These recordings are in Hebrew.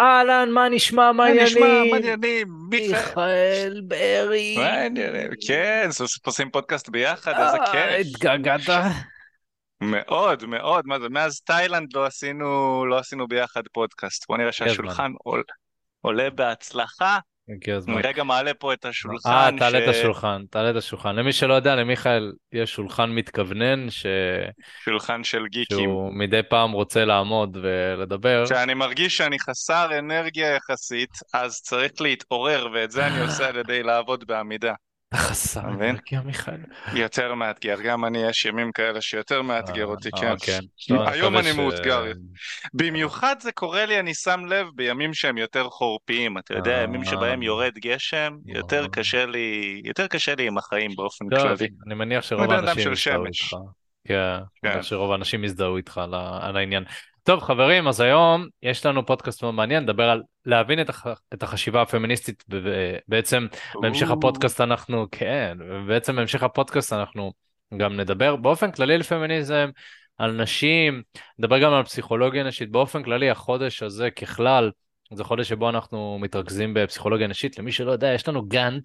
אהלן, מה נשמע, מה מה נשמע? העניינים? מעניינים, מיכאל. מיכאל ברי. מעניינים, כן, סוף סוף עושים פודקאסט ביחד, איזה כיף. התגעגעת? מאוד מאוד, מה זה, מאז תאילנד לא עשינו ביחד פודקאסט. בוא נראה הגיע הזמן, שהשולחן עולה בהצלחה. הגיע הזמן. אני רגע מעלה פה את השולחן תעלה את השולחן, תעלה את השולחן. למי שלא יודע, למיכאל יש שולחן מתכוונן שולחן של גיקים. שהוא מדי פעם רוצה לעמוד ולדבר. כשאני מרגיש שאני חסר אנרגיה יחסית, אז צריך להתעורר, ואת זה אני עושה על ידי לעבוד בעמידה. אתה חסר אתה מבין? אנרגיה, מיכאל. יותר מאתגר, גם אני יש ימים כאלה שיותר מאתגר אותי, כן. כן. טוב, אני היום מקווה אני מאותגר. במיוחד זה קורה לי, אני שם לב, בימים שהם יותר חורפיים, אתה יודע, ימים אה, שבהם יורד גשם, יותר קשה לי עם החיים באופן טוב, כללי. אני מניח אני שרוב בן אדם האנשים של יזדהו איתך. שמש. כן, אני כן. מניח שרוב האנשים יזדהו איתך על העניין. טוב, חברים, אז היום יש לנו פודקאסט מאוד מעניין, נדבר על להבין את החשיבה הפמיניסטית, ובעצם בהמשך או, הפודקאסט אנחנו, כן, ובעצם בהמשך הפודקאסט אנחנו גם נדבר באופן כללי על פמיניזם, על נשים, נדבר גם על פסיכולוגיה נשית. באופן כללי, החודש הזה ככלל, זה חודש שבו אנחנו מתרכזים בפסיכולוגיה נשית. למי שלא יודע, יש לנו גאנט,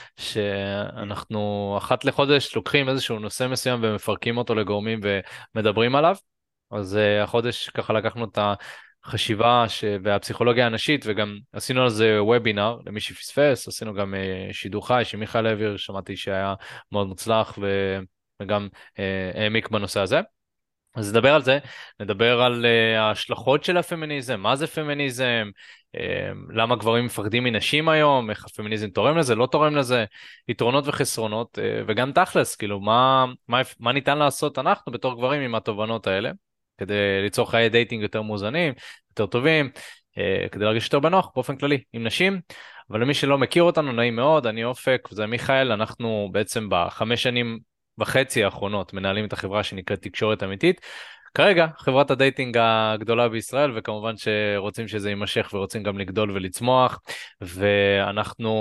שאנחנו אחת לחודש לוקחים איזשהו נושא מסוים ומפרקים אותו לגורמים ומדברים עליו. אז החודש ככה לקחנו את החשיבה והפסיכולוגיה הנשית, וגם עשינו על זה וובינר למי שפספס, עשינו גם שידור חי שמיכאל העביר, שמעתי שהיה מאוד מוצלח וגם העמיק בנושא הזה. אז נדבר על זה, נדבר על ההשלכות של הפמיניזם, מה זה פמיניזם, למה גברים מפחדים מנשים היום, איך הפמיניזם תורם לזה, לא תורם לזה, יתרונות וחסרונות, וגם תכלס, כאילו, מה ניתן לעשות אנחנו בתור גברים עם התובנות האלה, כדי ליצור חיי דייטינג יותר מאוזנים, יותר טובים, כדי להרגיש יותר בנוח באופן כללי עם נשים. אבל למי שלא מכיר אותנו, נעים מאוד, אני אופק, וזה מיכאל, אנחנו בעצם ב5 שנים וחצי האחרונות מנהלים את החברה שנקראת תקשורת אמיתית. כרגע חברת הדייטינג הגדולה בישראל, וכמובן שרוצים שזה יימשך ורוצים גם לגדול ולצמוח, ואנחנו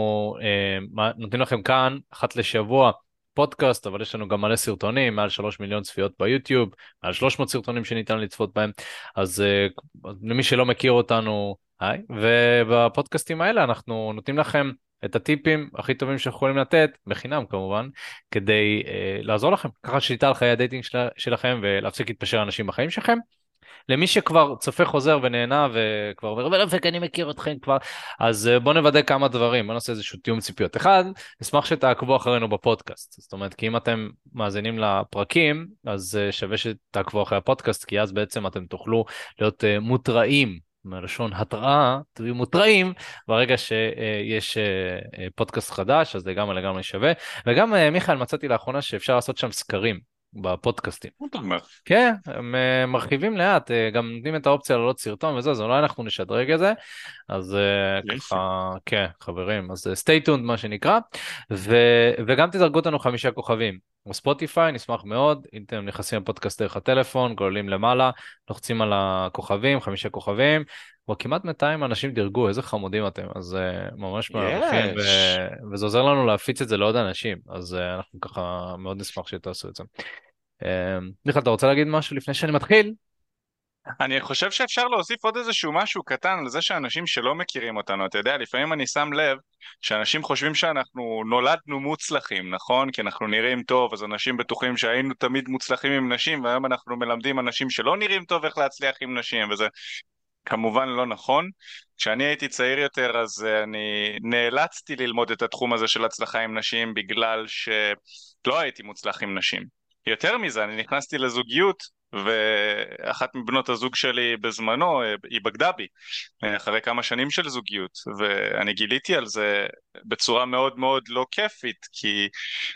נותנים לכם כאן אחת לשבוע פודקאסט, אבל יש לנו גם מלא סרטונים, מעל 3 מיליון צפיות ביוטיוב, מעל 300 סרטונים שניתן לצפות בהם. אז למי שלא מכיר אותנו, היי, ובפודקאסטים האלה אנחנו נותנים לכם את הטיפים הכי טובים שאנחנו יכולים לתת, בחינם כמובן, כדי לעזור לכם, ככה שליטה על חיי הדייטינג שלכם ולהפסיק להתפשר אנשים בחיים שלכם. למי שכבר צופה חוזר ונהנה וכבר אומר, אבל אופק, אני מכיר אתכם כבר, אז בואו נוודא כמה דברים, בואו נעשה איזשהו תיאום ציפיות. אחד, נשמח שתעקבו אחרינו בפודקאסט, זאת אומרת, כי אם אתם מאזינים לפרקים, אז שווה שתעקבו אחרי הפודקאסט, כי אז בעצם אתם תוכלו להיות מותראים, מלשון התראה, תהיו מותראים ברגע שיש פודקאסט חדש, אז לגמרי שווה. וגם, מיכאל, מצאתי לאחרונה שאפשר לעשות שם סקרים בפודקאסטים. מה אתה אומר? כן, הם מרחיבים לאט, גם נותנים את האופציה לעלות סרטון וזה, אז אולי אנחנו נשדרג את זה, אז יפה. ככה, כן, חברים, אז stay tuned מה שנקרא, וגם תדרגו אותנו 5 כוכבים, בספוטיפיי, נשמח מאוד, אם אתם נכנסים לפודקאסט דרך הטלפון, גוללים למעלה, לוחצים על הכוכבים, 5 כוכבים, כבר כמעט 200 אנשים דירגו, איזה חמודים אתם, אז ממש מעריכים, יש. וזה עוזר לנו להפיץ את זה לעוד אנשים, אז אנחנו ככה מאוד נשמח שתעשו את זה. מיכאל, אתה רוצה להגיד משהו לפני שאני מתחיל? אני חושב שאפשר להוסיף עוד איזשהו משהו קטן על זה שאנשים שלא מכירים אותנו, אתה יודע, לפעמים אני שם לב שאנשים חושבים שאנחנו נולדנו מוצלחים, נכון? כי אנחנו נראים טוב, אז אנשים בטוחים שהיינו תמיד מוצלחים עם נשים, והיום אנחנו מלמדים אנשים שלא נראים טוב איך להצליח עם נשים, וזה כמובן לא נכון. כשאני הייתי צעיר יותר, אז אני נאלצתי ללמוד את התחום הזה של הצלחה עם נשים, בגלל שלא הייתי מוצלח עם נשים. יותר מזה, אני נכנסתי לזוגיות, ואחת מבנות הזוג שלי בזמנו, היא בגדה בי, אחרי כמה שנים של זוגיות, ואני גיליתי על זה בצורה מאוד מאוד לא כיפית, כי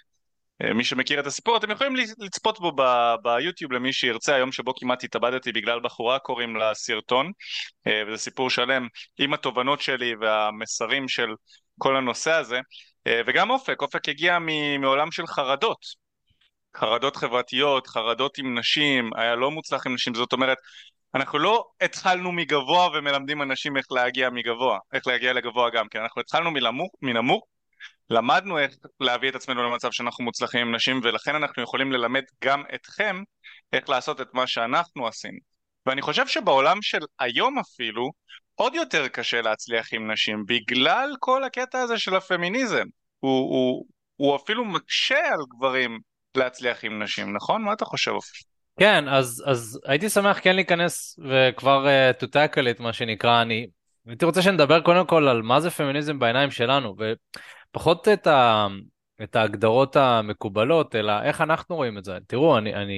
מי שמכיר את הסיפור, אתם יכולים לצפות בו ביוטיוב למי שירצה, היום שבו כמעט התאבדתי בגלל בחורה, קוראים לה סרטון, וזה סיפור שלם עם התובנות שלי והמסרים של כל הנושא הזה. וגם אופק הגיע מעולם של חרדות, חרדות חברתיות, חרדות עם נשים, היה לא מוצלח עם נשים, זאת אומרת, אנחנו לא התחלנו מגבוה ומלמדים אנשים איך להגיע מגבוה, איך להגיע לגבוה גם, כי אנחנו התחלנו מנמוך, למדנו איך להביא את עצמנו למצב שאנחנו מוצלחים עם נשים, ולכן אנחנו יכולים ללמד גם אתכם איך לעשות את מה שאנחנו עשינו. ואני חושב שבעולם של היום אפילו, עוד יותר קשה להצליח עם נשים, בגלל כל הקטע הזה של הפמיניזם. הוא אפילו מקשה על גברים להצליח עם נשים, נכון? מה אתה חושב? כן, אז הייתי שמח כן להיכנס וכבר to tackle it, מה שנקרא. אני הייתי רוצה שנדבר קודם כל על מה זה פמיניזם בעיניים שלנו, ופחות את ההגדרות המקובלות, אלא איך אנחנו רואים את זה. תראו,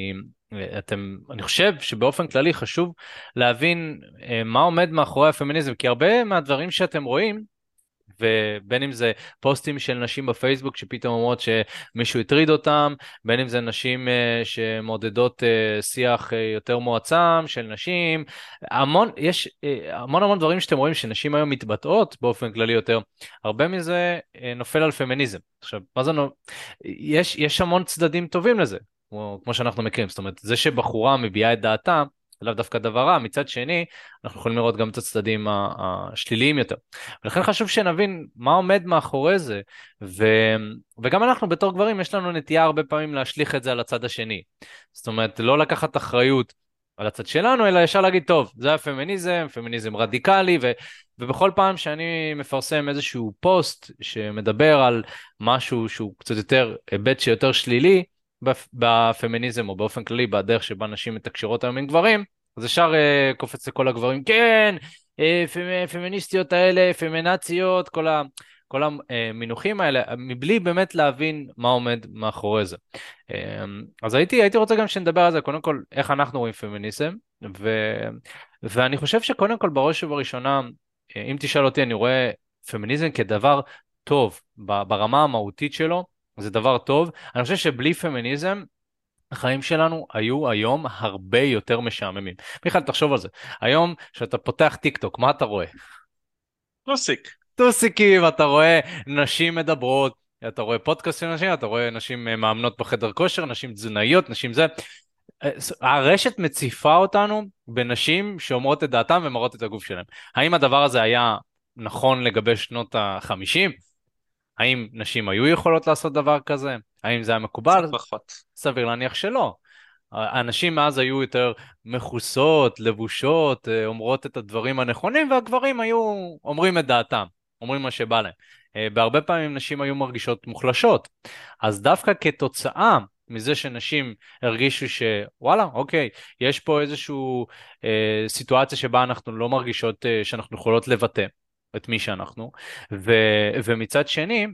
אני חושב שבאופן כללי חשוב להבין מה עומד מאחורי הפמיניזם, כי הרבה מהדברים שאתם רואים, ובין אם זה פוסטים של נשים בפייסבוק שפתאום אומרות שמישהו הטריד אותם, בין אם זה נשים שמעודדות שיח יותר מועצם של נשים, יש המון דברים שאתם רואים שנשים היום מתבטאות באופן כללי יותר, הרבה מזה נופל על פמיניזם. עכשיו, מה זה יש המון צדדים טובים לזה, כמו שאנחנו מכירים, זאת אומרת, זה שבחורה מביעה את דעתה, לאו דווקא דבר רע, מצד שני, אנחנו יכולים לראות גם את הצדדים השליליים יותר. ולכן חשוב שנבין מה עומד מאחורי זה, ו... וגם אנחנו בתור גברים יש לנו נטייה הרבה פעמים להשליך את זה על הצד השני. זאת אומרת, לא לקחת אחריות על הצד שלנו, אלא ישר להגיד, טוב, זה הפמיניזם, פמיניזם רדיקלי, ובכל פעם שאני מפרסם איזשהו פוסט שמדבר על משהו שהוא קצת יותר, היבט שיותר שלילי, בפמיניזם או באופן כללי, בדרך שבה נשים מתקשרות היום עם גברים, אז ישר קופץ לכל הגברים, כן, פמיניסטיות האלה, פמינציות, כל המינוחים האלה, מבלי באמת להבין מה עומד מאחורי זה. אז הייתי רוצה גם שנדבר על זה, קודם כל, איך אנחנו רואים פמיניזם, ואני חושב שקודם כל, בראש ובראשונה, אם תשאל אותי, אני רואה פמיניזם כדבר טוב, ברמה המהותית שלו, זה דבר טוב. אני חושב שבלי פמיניזם, החיים שלנו היו היום הרבה יותר משעממים. מיכל, תחשוב על זה. היום, כשאתה פותח טיק טוק, מה אתה רואה? פוסיק. טוסיקים, אתה רואה נשים מדברות, אתה רואה פודקאסט של נשים, אתה רואה נשים מאמנות בחדר כושר, נשים תזונאיות, נשים זה. הרשת מציפה אותנו בנשים שאומרות את דעתן ומראות את הגוף שלהם. האם הדבר הזה היה נכון לגבי שנות ה-50? האם נשים היו יכולות לעשות דבר כזה? האם זה היה קצת מקובל? פחות. סביר להניח שלא. הנשים אז היו יותר מכוסות, לבושות, אומרות את הדברים הנכונים, והגברים היו אומרים את דעתם, אומרים מה שבא להם. בהרבה פעמים נשים היו מרגישות מוחלשות. אז דווקא כתוצאה מזה שנשים הרגישו שוואלה, אוקיי, יש פה איזושהי סיטואציה שבה אנחנו לא מרגישות שאנחנו יכולות לבטא את מי שאנחנו, ומצד שני,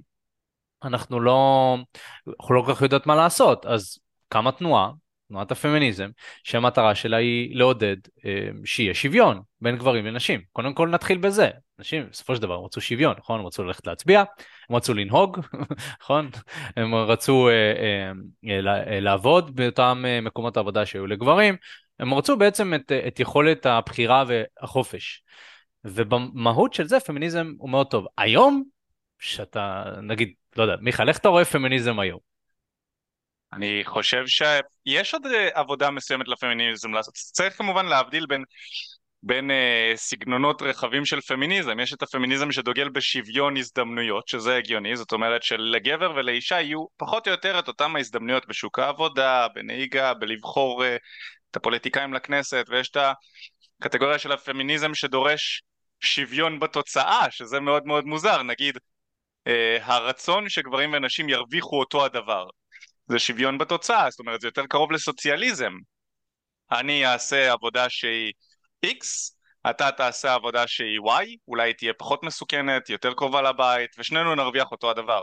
אנחנו לא כל כך יודעות מה לעשות, אז קמה תנועת הפמיניזם, שהמטרה שלה היא לעודד שיהיה שוויון בין גברים לנשים. קודם כל נתחיל בזה. נשים בסופו של דבר הם רצו שוויון, נכון? הם רצו ללכת להצביע, הם רצו לנהוג, נכון? הם רצו לעבוד באותם מקומות העבודה שהיו לגברים, הם רצו בעצם את יכולת הבחירה והחופש. ובמהות של זה פמיניזם הוא מאוד טוב. היום, שאתה, נגיד, לא יודע, מיכל, איך אתה רואה פמיניזם היום? אני חושב שיש עוד עבודה מסוימת לפמיניזם לעשות. צריך כמובן להבדיל בין סגנונות רחבים של פמיניזם. יש את הפמיניזם שדוגל בשוויון הזדמנויות, שזה הגיוני, זאת אומרת שלגבר ולאישה יהיו פחות או יותר את אותם ההזדמנויות בשוק העבודה, בנהיגה, בלבחור את הפוליטיקאים לכנסת, ויש את הקטגוריה של הפמיניזם שדורש שוויון בתוצאה, שזה מאוד מאוד מוזר, נגיד הרצון שגברים ונשים ירוויחו אותו הדבר. זה שוויון בתוצאה, זאת אומרת זה יותר קרוב לסוציאליזם. אני אעשה עבודה שהיא X, אתה תעשה עבודה שהיא Y, אולי תהיה פחות מסוכנת, יותר קרובה לבית, ושנינו נרוויח אותו הדבר.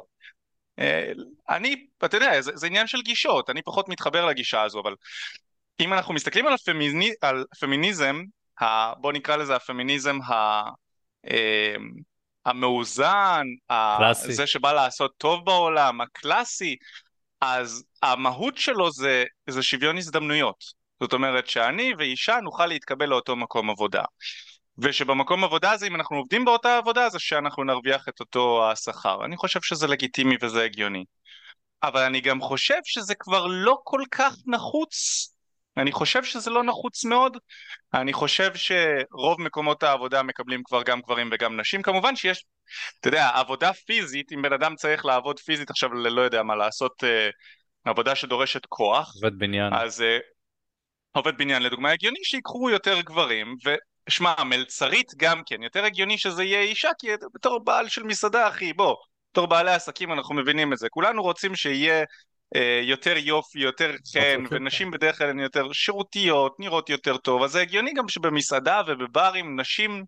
אתה יודע, זה עניין של גישות, אני פחות מתחבר לגישה הזו, אבל אם אנחנו מסתכלים על פמיניזם, בוא נקרא לזה הפמיניזם אה, המאוזן, קלאסי. זה שבא לעשות טוב בעולם, הקלאסי, אז המהות שלו זה שוויון הזדמנויות. זאת אומרת שאני ואישה נוכל להתקבל לאותו מקום עבודה. ושבמקום עבודה הזה, אם אנחנו עובדים באותה עבודה, זה שאנחנו נרוויח את אותו השכר. אני חושב שזה לגיטימי וזה הגיוני. אבל אני גם חושב שזה כבר לא כל כך נחוץ. אני חושב שזה לא נחוץ מאוד. אני חושב שרוב מקומות העבודה מקבלים כבר גם גברים וגם נשים. כמובן שיש, אתה יודע, עבודה פיזית, אם בן אדם צריך לעבוד פיזית עכשיו, לא יודע מה לעשות, עבודה שדורשת כוח, עובד בניין. אז עובד בניין לדוגמה, הגיוני שיקחו יותר גברים, ושמע, מלצרית גם כן, יותר הגיוני שזה יהיה אישה, כי בתור בעל של מסעדה, אחי, בוא, בתור בעלי עסקים אנחנו מבינים את זה, כולנו רוצים שיהיה יותר יופי, יותר חן, ונשים בדרך כלל הן יותר שירותיות, נראות יותר טוב, אז זה הגיוני גם שבמסעדה ובברים נשים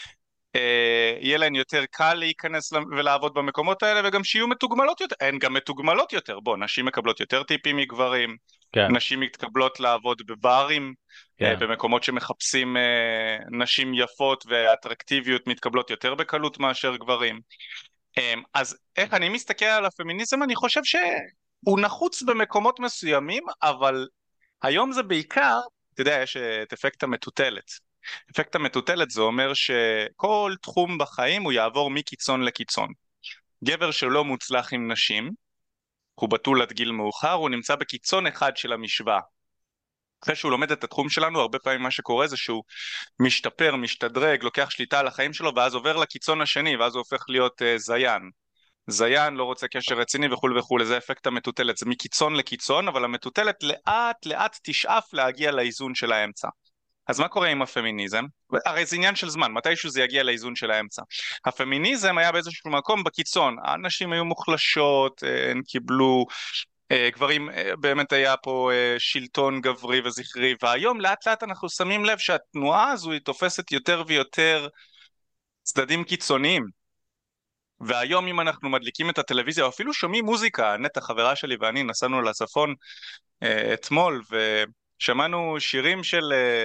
יהיה להן יותר קל להיכנס ולעבוד במקומות האלה, וגם שיהיו מתוגמלות יותר, הן גם מתוגמלות יותר, בוא, נשים מקבלות יותר טיפים מגברים, כן, נשים מתקבלות לעבוד בברים, כן. במקומות שמחפשים נשים יפות ואטרקטיביות מתקבלות יותר בקלות מאשר גברים. אז איך אני מסתכל על הפמיניזם, אני חושב שהוא נחוץ במקומות מסוימים, אבל היום זה בעיקר, אתה יודע, יש את אפקט המטוטלת. אפקט המטוטלת זה אומר שכל תחום בחיים הוא יעבור מקיצון לקיצון. גבר שלא מוצלח עם נשים, הוא בתול עד גיל מאוחר, הוא נמצא בקיצון אחד של המשוואה. אחרי שהוא לומד את התחום שלנו, הרבה פעמים מה שקורה זה שהוא משתפר, משתדרג, לוקח שליטה על החיים שלו, ואז עובר לקיצון השני, ואז הוא הופך להיות זיין. זיין, לא רוצה קשר רציני וכו' וכו', זה אפקט המטוטלת, זה מקיצון לקיצון, אבל המטוטלת לאט לאט תשאף להגיע לאיזון של האמצע. אז מה קורה עם הפמיניזם? הרי זה עניין של זמן, מתישהו זה יגיע לאיזון של האמצע. הפמיניזם היה באיזשהו מקום בקיצון, הנשים היו מוחלשות, הן קיבלו, גברים, באמת היה פה שלטון גברי וזכרי, והיום לאט לאט אנחנו שמים לב שהתנועה הזו היא תופסת יותר ויותר צדדים קיצוניים. והיום אם אנחנו מדליקים את הטלוויזיה, או אפילו שומעים מוזיקה, נטע חברה שלי ואני נסענו לצפון אתמול, ושמענו שירים של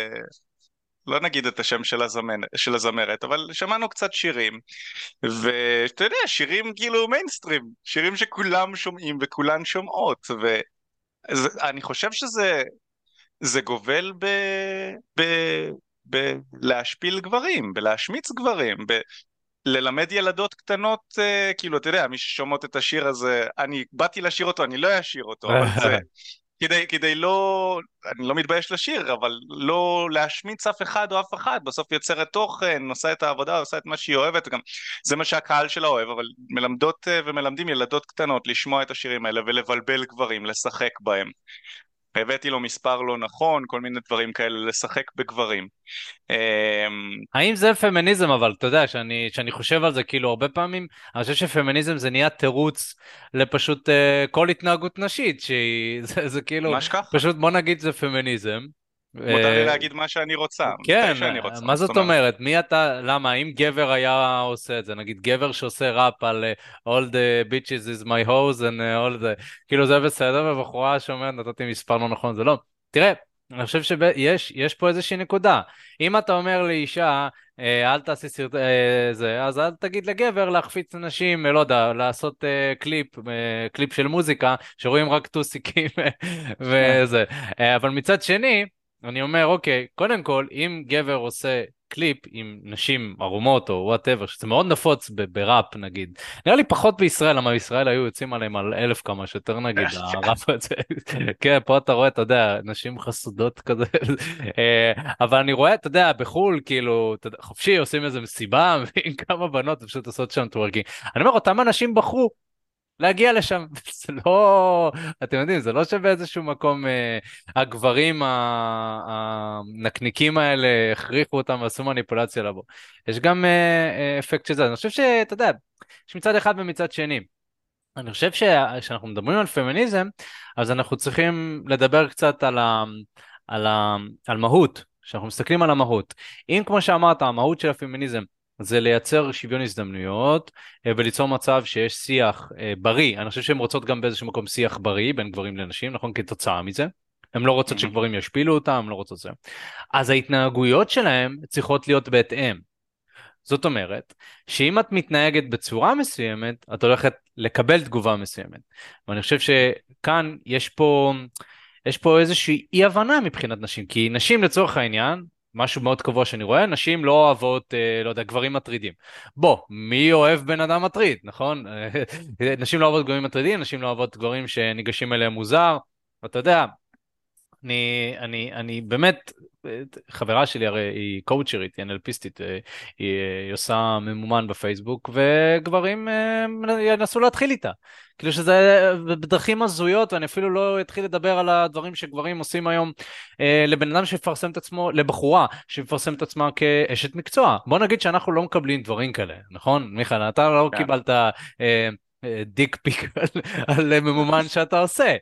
לא נגיד את השם של הזמרת, אבל שמענו קצת שירים, ואתה יודע, שירים כאילו מיינסטרים, שירים שכולם שומעים וכולן שומעות, ואני חושב שזה גובל ב... להשפיל גברים, בלהשמיץ גברים, ללמד ילדות קטנות, כאילו, אתה יודע, מי ששומעות את השיר הזה, אני באתי לשיר אותו, אני לא אשיר אותו, אבל זה... כדי לא, אני לא מתבייש לשיר, אבל לא להשמיץ אף אחד או אף אחד, בסוף יוצרת תוכן, עושה את העבודה, עושה את מה שהיא אוהבת, וגם זה מה שהקהל שלה אוהב, אבל מלמדות ומלמדים ילדות קטנות לשמוע את השירים האלה ולבלבל גברים, לשחק בהם. הבאתי לו מספר לא נכון, כל מיני דברים כאלה, לשחק בגברים. האם זה פמיניזם, אבל אתה יודע, שאני חושב על זה, כאילו הרבה פעמים, אני חושב שפמיניזם זה נהיה תירוץ לפשוט כל התנהגות נשית, זה כאילו, ממש ככה. פשוט בוא נגיד זה פמיניזם. מותר לי להגיד מה שאני רוצה, מתי כן, שאני רוצה, מה זאת זאת אומרת. אומרת? מי אתה, למה, אם גבר היה עושה את זה, נגיד גבר שעושה ראפ על all the bitches is my hoes and all the, כאילו זה בסדר, ובחורה שאומרת נתתי מספר לא נכון, זה לא. תראה, אני חושב שיש פה איזושהי נקודה. אם אתה אומר לאישה, אל תעשי סרט, זה, אז אל תגיד לגבר להחפיץ נשים, לא יודע, לעשות קליפ של מוזיקה, שרואים רק טוסיקים וזה. אבל מצד שני, אני אומר, אוקיי, קודם כל, אם גבר עושה קליפ עם נשים ערומות או וואטאבר, שזה מאוד נפוץ בראפ נגיד, נראה לי פחות בישראל, למה בישראל היו יוצאים עליהם על 1,000 כמה שיותר נגיד, הראפ הזה, כן, פה אתה רואה, אתה יודע, נשים חסודות כזה, אבל אני רואה, אתה יודע, בחול, כאילו, חופשי, עושים איזה מסיבה, מביאים כמה בנות, פשוט עושות שם טוורקינג. אני אומר, אותם אנשים בחרו להגיע לשם, זה לא, אתם יודעים, זה לא שבאיזשהו מקום הגברים הנקניקים האלה הכריחו אותם ועשו מניפולציה לבוא. יש גם אפקט של זה. אני חושב שאתה יודע, יש מצד אחד ומצד שני. אני חושב שאנחנו מדברים על פמיניזם, אז אנחנו צריכים לדבר קצת על מהות, שאנחנו מסתכלים על המהות. אם כמו שאמרת, המהות של הפמיניזם זה לייצר שוויון הזדמנויות וליצור מצב שיש שיח בריא. אני חושב שהן רוצות גם באיזשהו מקום שיח בריא בין גברים לנשים, נכון? כתוצאה מזה. הן לא רוצות שגברים ישפילו אותם, הן לא רוצות זה. אז ההתנהגויות שלהם צריכות להיות בהתאם. זאת אומרת, שאם את מתנהגת בצורה מסוימת, את הולכת לקבל תגובה מסוימת. ואני חושב שכאן יש פה איזושהי אי הבנה מבחינת נשים, כי נשים לצורך העניין, משהו מאוד קבוע שאני רואה, נשים לא אוהבות, לא יודע, גברים מטרידים. בוא, מי אוהב בן אדם מטריד, נכון? נשים לא אוהבות גברים מטרידים, נשים לא אוהבות גברים שניגשים אליהם מוזר, אתה יודע, אני באמת, חברה שלי הרי היא קואוצ'רית, היא אנלפיסטית, היא עושה ממומן בפייסבוק, וגברים ינסו להתחיל איתה. כאילו שזה בדרכים הזויות, ואני אפילו לא אתחיל לדבר על הדברים שגברים עושים היום לבן אדם שיפרסם את עצמו, לבחורה שיפרסם את עצמה כאשת מקצוע. בוא נגיד שאנחנו לא מקבלים דברים כאלה, נכון? מיכאל, אתה לא כן. קיבלת דיק פיק על ממומן שאתה עושה.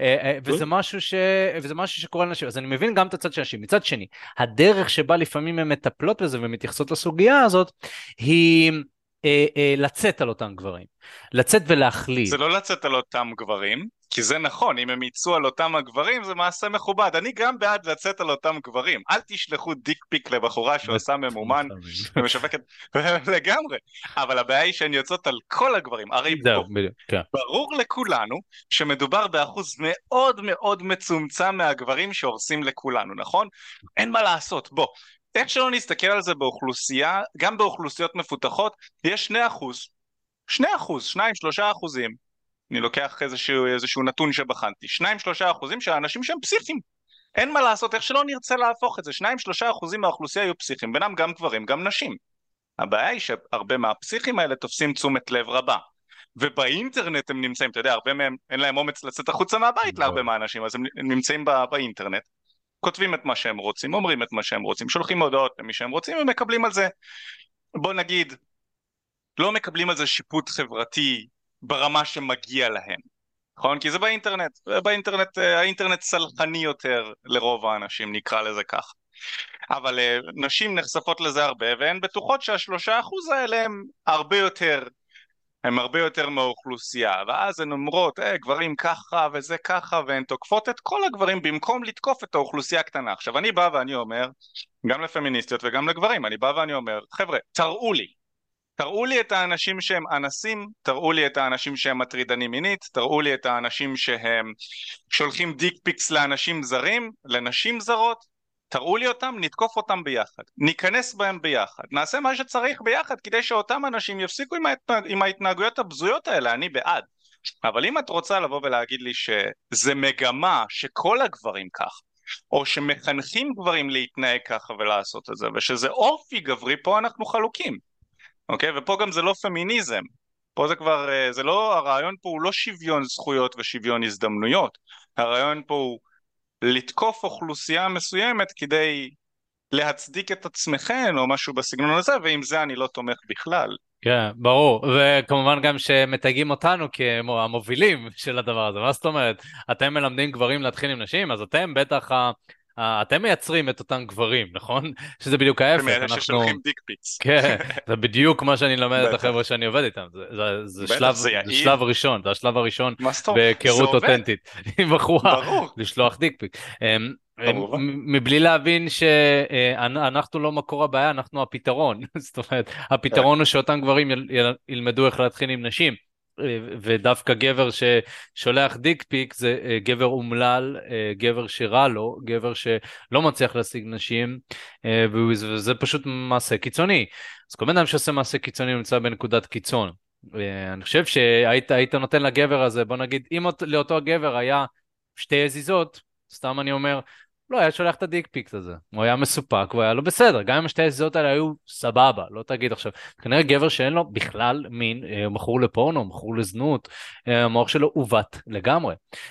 וזה משהו שקורה לאנשים, אז אני מבין גם את הצד של אנשים. מצד שני, הדרך שבה לפעמים הן מטפלות בזה ומתייחסות לסוגיה הזאת, היא לצאת על אותם גברים. לצאת זה ולהכליל. לא לצאת על אותם גברים, כי זה נכון, אם הם יצאו על אותם הגברים זה מעשה מכובד. אני גם בעד לצאת על אותם גברים. אל תשלחו דיק פיק לבחורה שעושה ממומן מטומטמים. ומשווקת לגמרי. אבל הבעיה היא שהן יוצאות על כל הגברים. הרי זהו, בוא, בדיוק, כן. ברור לכולנו שמדובר באחוז מאוד מאוד מצומצם מהגברים שהורסים לכולנו, נכון? אין מה לעשות, בוא. איך שלא נסתכל על זה באוכלוסייה, גם באוכלוסיות מפותחות, יש 2%. 2%, 2-3%, אני לוקח איזשהו נתון שבחנתי, 2-3% של האנשים שהם פסיכיים. אין מה לעשות, איך שלא נרצה להפוך את זה, 2-3% מהאוכלוסייה יהיו פסיכיים, בינם גם גברים, גם נשים. הבעיה היא שהרבה מהפסיכיים האלה תופסים תשומת לב רבה. ובאינטרנט הם נמצאים, אתה יודע, הרבה מהם אין להם אומץ לצאת החוצה מהבית להרבה מהאנשים, אז הם נמצאים באינטרנט, כותבים את מה שהם רוצים, אומרים את מה שהם רוצים, שולחים הודעות למי שהם רוצים, ומקבלים על זה, בוא נגיד, לא מקבלים על זה שיפוט חברתי ברמה שמגיע להם, נכון? כי זה באינטרנט, האינטרנט סלחני יותר לרוב האנשים, נקרא לזה כך. אבל נשים נחשפות לזה הרבה, והן בטוחות שה3% האלה הם הרבה יותר מהאוכלוסייה, ואז הן אומרות, גברים ככה וזה ככה, והן תוקפות את כל הגברים במקום לתקוף את האוכלוסייה הקטנה. עכשיו אני בא ואני אומר, גם לפמיניסטיות וגם לגברים, אני בא ואני אומר, חבר'ה, תראו לי את האנשים שהם אנסים, תראו לי את האנשים שהם מטרידנים מינית, תראו לי את האנשים שהם שולחים דיק פיקס לאנשים זרים, לנשים זרות, תראו לי אותם, נתקוף אותם ביחד, ניכנס בהם ביחד, נעשה מה שצריך ביחד כדי שאותם אנשים יפסיקו עם ההתנהגויות הבזויות האלה, אני בעד. אבל אם את רוצה לבוא ולהגיד לי שזה מגמה שכל הגברים כך, או שמחנכים גברים להתנהג ככה ולעשות את זה, ושזה אופי גברי, פה אנחנו חלוקים. אוקיי? ופה גם זה לא פמיניזם, פה זה כבר, זה לא, הרעיון פה הוא לא שוויון זכויות ושוויון הזדמנויות, הרעיון פה הוא לתקוף אוכלוסייה מסוימת כדי להצדיק את עצמכם או משהו בסגנון הזה, ועם זה אני לא תומך בכלל. כן, ברור, וכמובן גם שמתייגים אותנו כמובילים של הדבר הזה. מה זאת אומרת? אתם מלמדים גברים להתחיל עם נשים, אז אתם בטח, אתם מייצרים את אותם גברים, נכון? שזה בדיוק ההפך, אנחנו... ששולחים דיק פיקס. כן, זה בדיוק מה שאני לומד את בטח, החבר'ה שאני עובד איתם, זה בטח, שלב, זה זה יעיל. שלב ראשון, זה השלב הראשון מה זאת אומרת? זה בהיכרות עובד, אותנטית עם בחורה, ברור, לשלוח דיק פיק. כמובן. מבלי להבין שאנחנו לא מקור הבעיה, אנחנו הפתרון. זאת אומרת, הפתרון הוא שאותם גברים ילמדו איך להתחיל עם נשים. ודווקא גבר ששולח דיק פיק זה גבר אומלל, גבר שרע לו, גבר שלא מצליח להשיג נשים, וזה פשוט מעשה קיצוני. אז כל אדם שעושה מעשה קיצוני נמצא בנקודת קיצון. אני חושב שהיית נותן לגבר הזה, בוא נגיד, אם לאותו הגבר היה שתי הזיזות, סתם אני אומר, לא היה שולח את הדיק פיקס הזה, הוא היה מסופק, הוא היה לא בסדר, גם אם השתי הזיזות האלה היו סבבה, לא תגיד עכשיו, כנראה גבר שאין לו בכלל מין, מכור לפורנו, מכור לזנות, המוח שלו עוות לגמרי.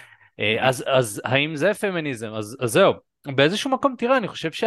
אז האם זה פמיניזם? אז זהו, באיזשהו מקום תראה, אני חושב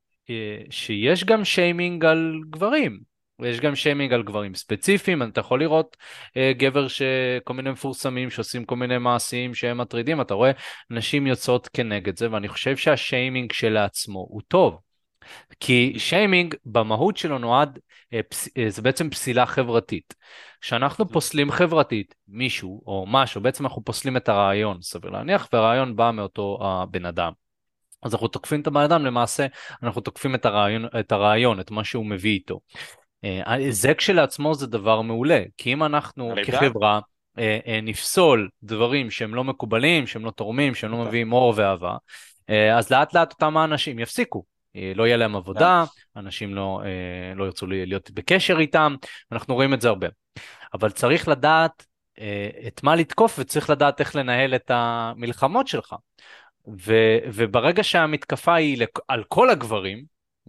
שיש גם שיימינג על גברים, ויש גם שיימינג על גברים ספציפיים, אתה יכול לראות גבר שכל מיני מפורסמים שעושים כל מיני מעשים שהם מטרידים, אתה רואה נשים יוצאות כנגד זה, ואני חושב שהשיימינג שלעצמו הוא טוב, כי שיימינג במהות שלו נועד, זה בעצם פסילה חברתית. כשאנחנו פוסלים חברתית מישהו או משהו, בעצם אנחנו פוסלים את הרעיון, סביר להניח, והרעיון בא מאותו הבן אדם. אז אנחנו תוקפים את הבן אדם, למעשה אנחנו תוקפים את הרעיון, את מה שהוא מביא איתו. זה כשלעצמו זה דבר מעולה, כי אם אנחנו כחברה נפסול דברים שהם לא מקובלים, שהם לא תורמים, שהם לא מביאים אור ואהבה, אז לאט לאט אותם האנשים יפסיקו. לא יהיה להם עבודה, אנשים לא ירצו להיות בקשר איתם, אנחנו רואים את זה הרבה. אבל צריך לדעת את מה לתקוף, וצריך לדעת איך לנהל את המלחמות שלך. וברגע שהמתקפה היא על כל הגברים,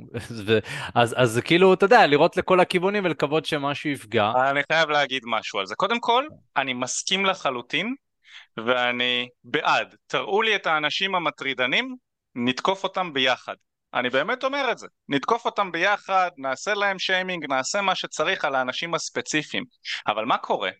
אז זה כאילו, אתה יודע, לראות לכל הכיוונים ולקוות שמשהו יפגע. אני חייב להגיד משהו על זה. קודם כל, אני מסכים לחלוטין, ואני בעד. תראו לי את האנשים המטרידנים, נתקוף אותם ביחד. אני באמת אומר את זה. נתקוף אותם ביחד, נעשה להם שיימינג, נעשה מה שצריך על האנשים הספציפיים. אבל מה קורה?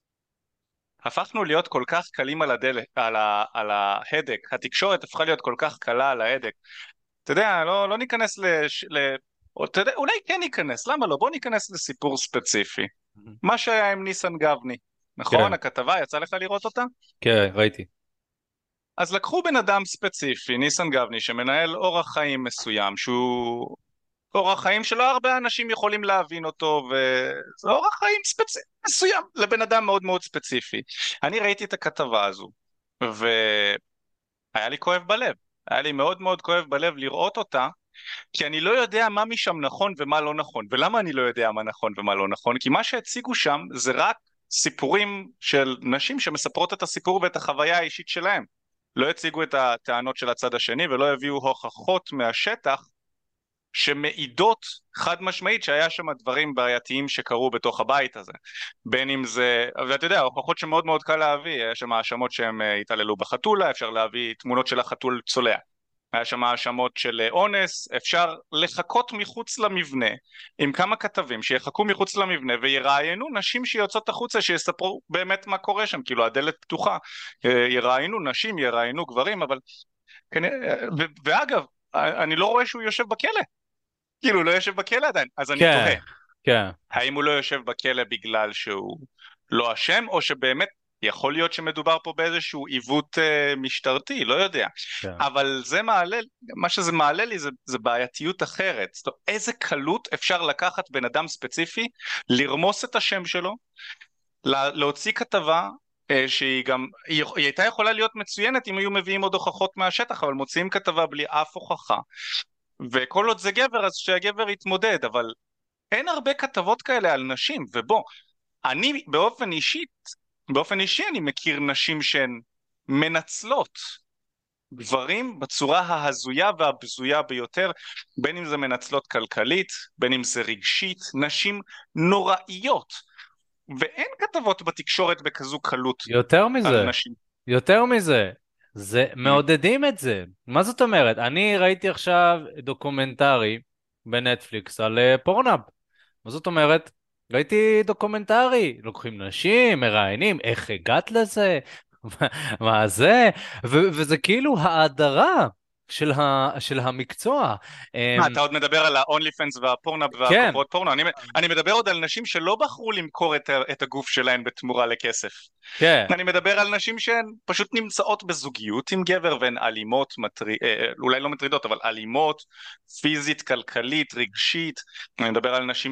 הפכנו להיות כל כך קלים על הדלק, על ההדק. התקשורת הפכה להיות כל כך קלה על ההדק. אתה יודע, לא ניכנס או, אתה יודע, אולי כן ניכנס, למה לא? בוא ניכנס לסיפור ספציפי. מה שהיה עם ניסן גבני, נכון? כן, הכתבה, יצא לך לראות אותה? כן, ראיתי. אז לקחו בן אדם ספציפי, ניסן גבני, שמנהל אורח חיים מסוים, שהוא אורח חיים שלא הרבה אנשים יכולים להבין אותו, וזה אורח חיים מסוים לבן אדם מאוד מאוד ספציפי. אני ראיתי את הכתבה הזו, והיה לי כואב בלב. היה לי מאוד מאוד כואב בלב לראות אותה, כי אני לא יודע מה משם נכון ומה לא נכון. ולמה אני לא יודע מה נכון ומה לא נכון? כי מה שהציגו שם זה רק סיפורים של נשים שמספרות את הסיפור ואת החוויה האישית שלהם. לא הציגו את הטענות של הצד השני ולא הביאו הוכחות מהשטח שמעידות חד משמעית שהיה שם דברים בעייתיים שקרו בתוך הבית הזה. בין אם זה, ואתה יודע, הוכחות שמאוד מאוד קל להביא, יש שם האשמות שהם התעללו בחתולה, אפשר להביא תמונות של החתול צולע. היה שם האשמות של אונס, אפשר לחכות מחוץ למבנה עם כמה כתבים שיחכו מחוץ למבנה ויראיינו נשים שיוצאות החוצה שיספרו באמת מה קורה שם, כאילו הדלת פתוחה, יראיינו נשים, יראיינו גברים, אבל ואגב, אני לא רואה שהוא יושב בכלא, כאילו הוא לא יושב בכלא עדיין, אז אני כן, תוהה, כן, האם הוא לא יושב בכלא בגלל שהוא לא אשם, או שבאמת יכול להיות שמדובר פה באיזשהו עיוות משטרתי, לא יודע. כן. אבל זה מעלה, מה שזה מעלה לי זה בעייתיות אחרת. זאת אומרת, איזה קלות אפשר לקחת בן אדם ספציפי, לרמוס את השם שלו, להוציא כתבה, שהיא גם, היא הייתה יכולה להיות מצוינת אם היו מביאים עוד הוכחות מהשטח, אבל מוציאים כתבה בלי אף הוכחה. וכל עוד זה גבר, אז שהגבר יתמודד, אבל אין הרבה כתבות כאלה על נשים, ובוא, אני באופן אישי אני מכיר נשים שהן מנצלות גברים בצורה ההזויה והבזויה ביותר, בין אם זה מנצלות כלכלית, בין אם זה רגשית, נשים נוראיות, ואין כתבות בתקשורת בכזו קלות יותר על מזה, נשים. יותר מזה, זה מעודדים את זה. מה זאת אומרת? אני ראיתי עכשיו דוקומנטרי בנטפליקס על פורנאפ. מה זאת אומרת? ראיתי דוקומנטרי, לוקחים נשים, מראיינים, איך הגעת לזה? מה זה? וזה כאילו האדרה של המקצוע. מה, אתה עוד מדבר על ה-only fans והפורנאפ כן, והכותרות פורנו? אני מדבר עוד על נשים שלא בחרו למכור את הגוף שלהן בתמורה לכסף. כן. אני מדבר על נשים שהן פשוט נמצאות בזוגיות עם גבר והן אלימות, אולי לא מטרידות, אבל אלימות, פיזית, כלכלית, רגשית. אני מדבר על נשים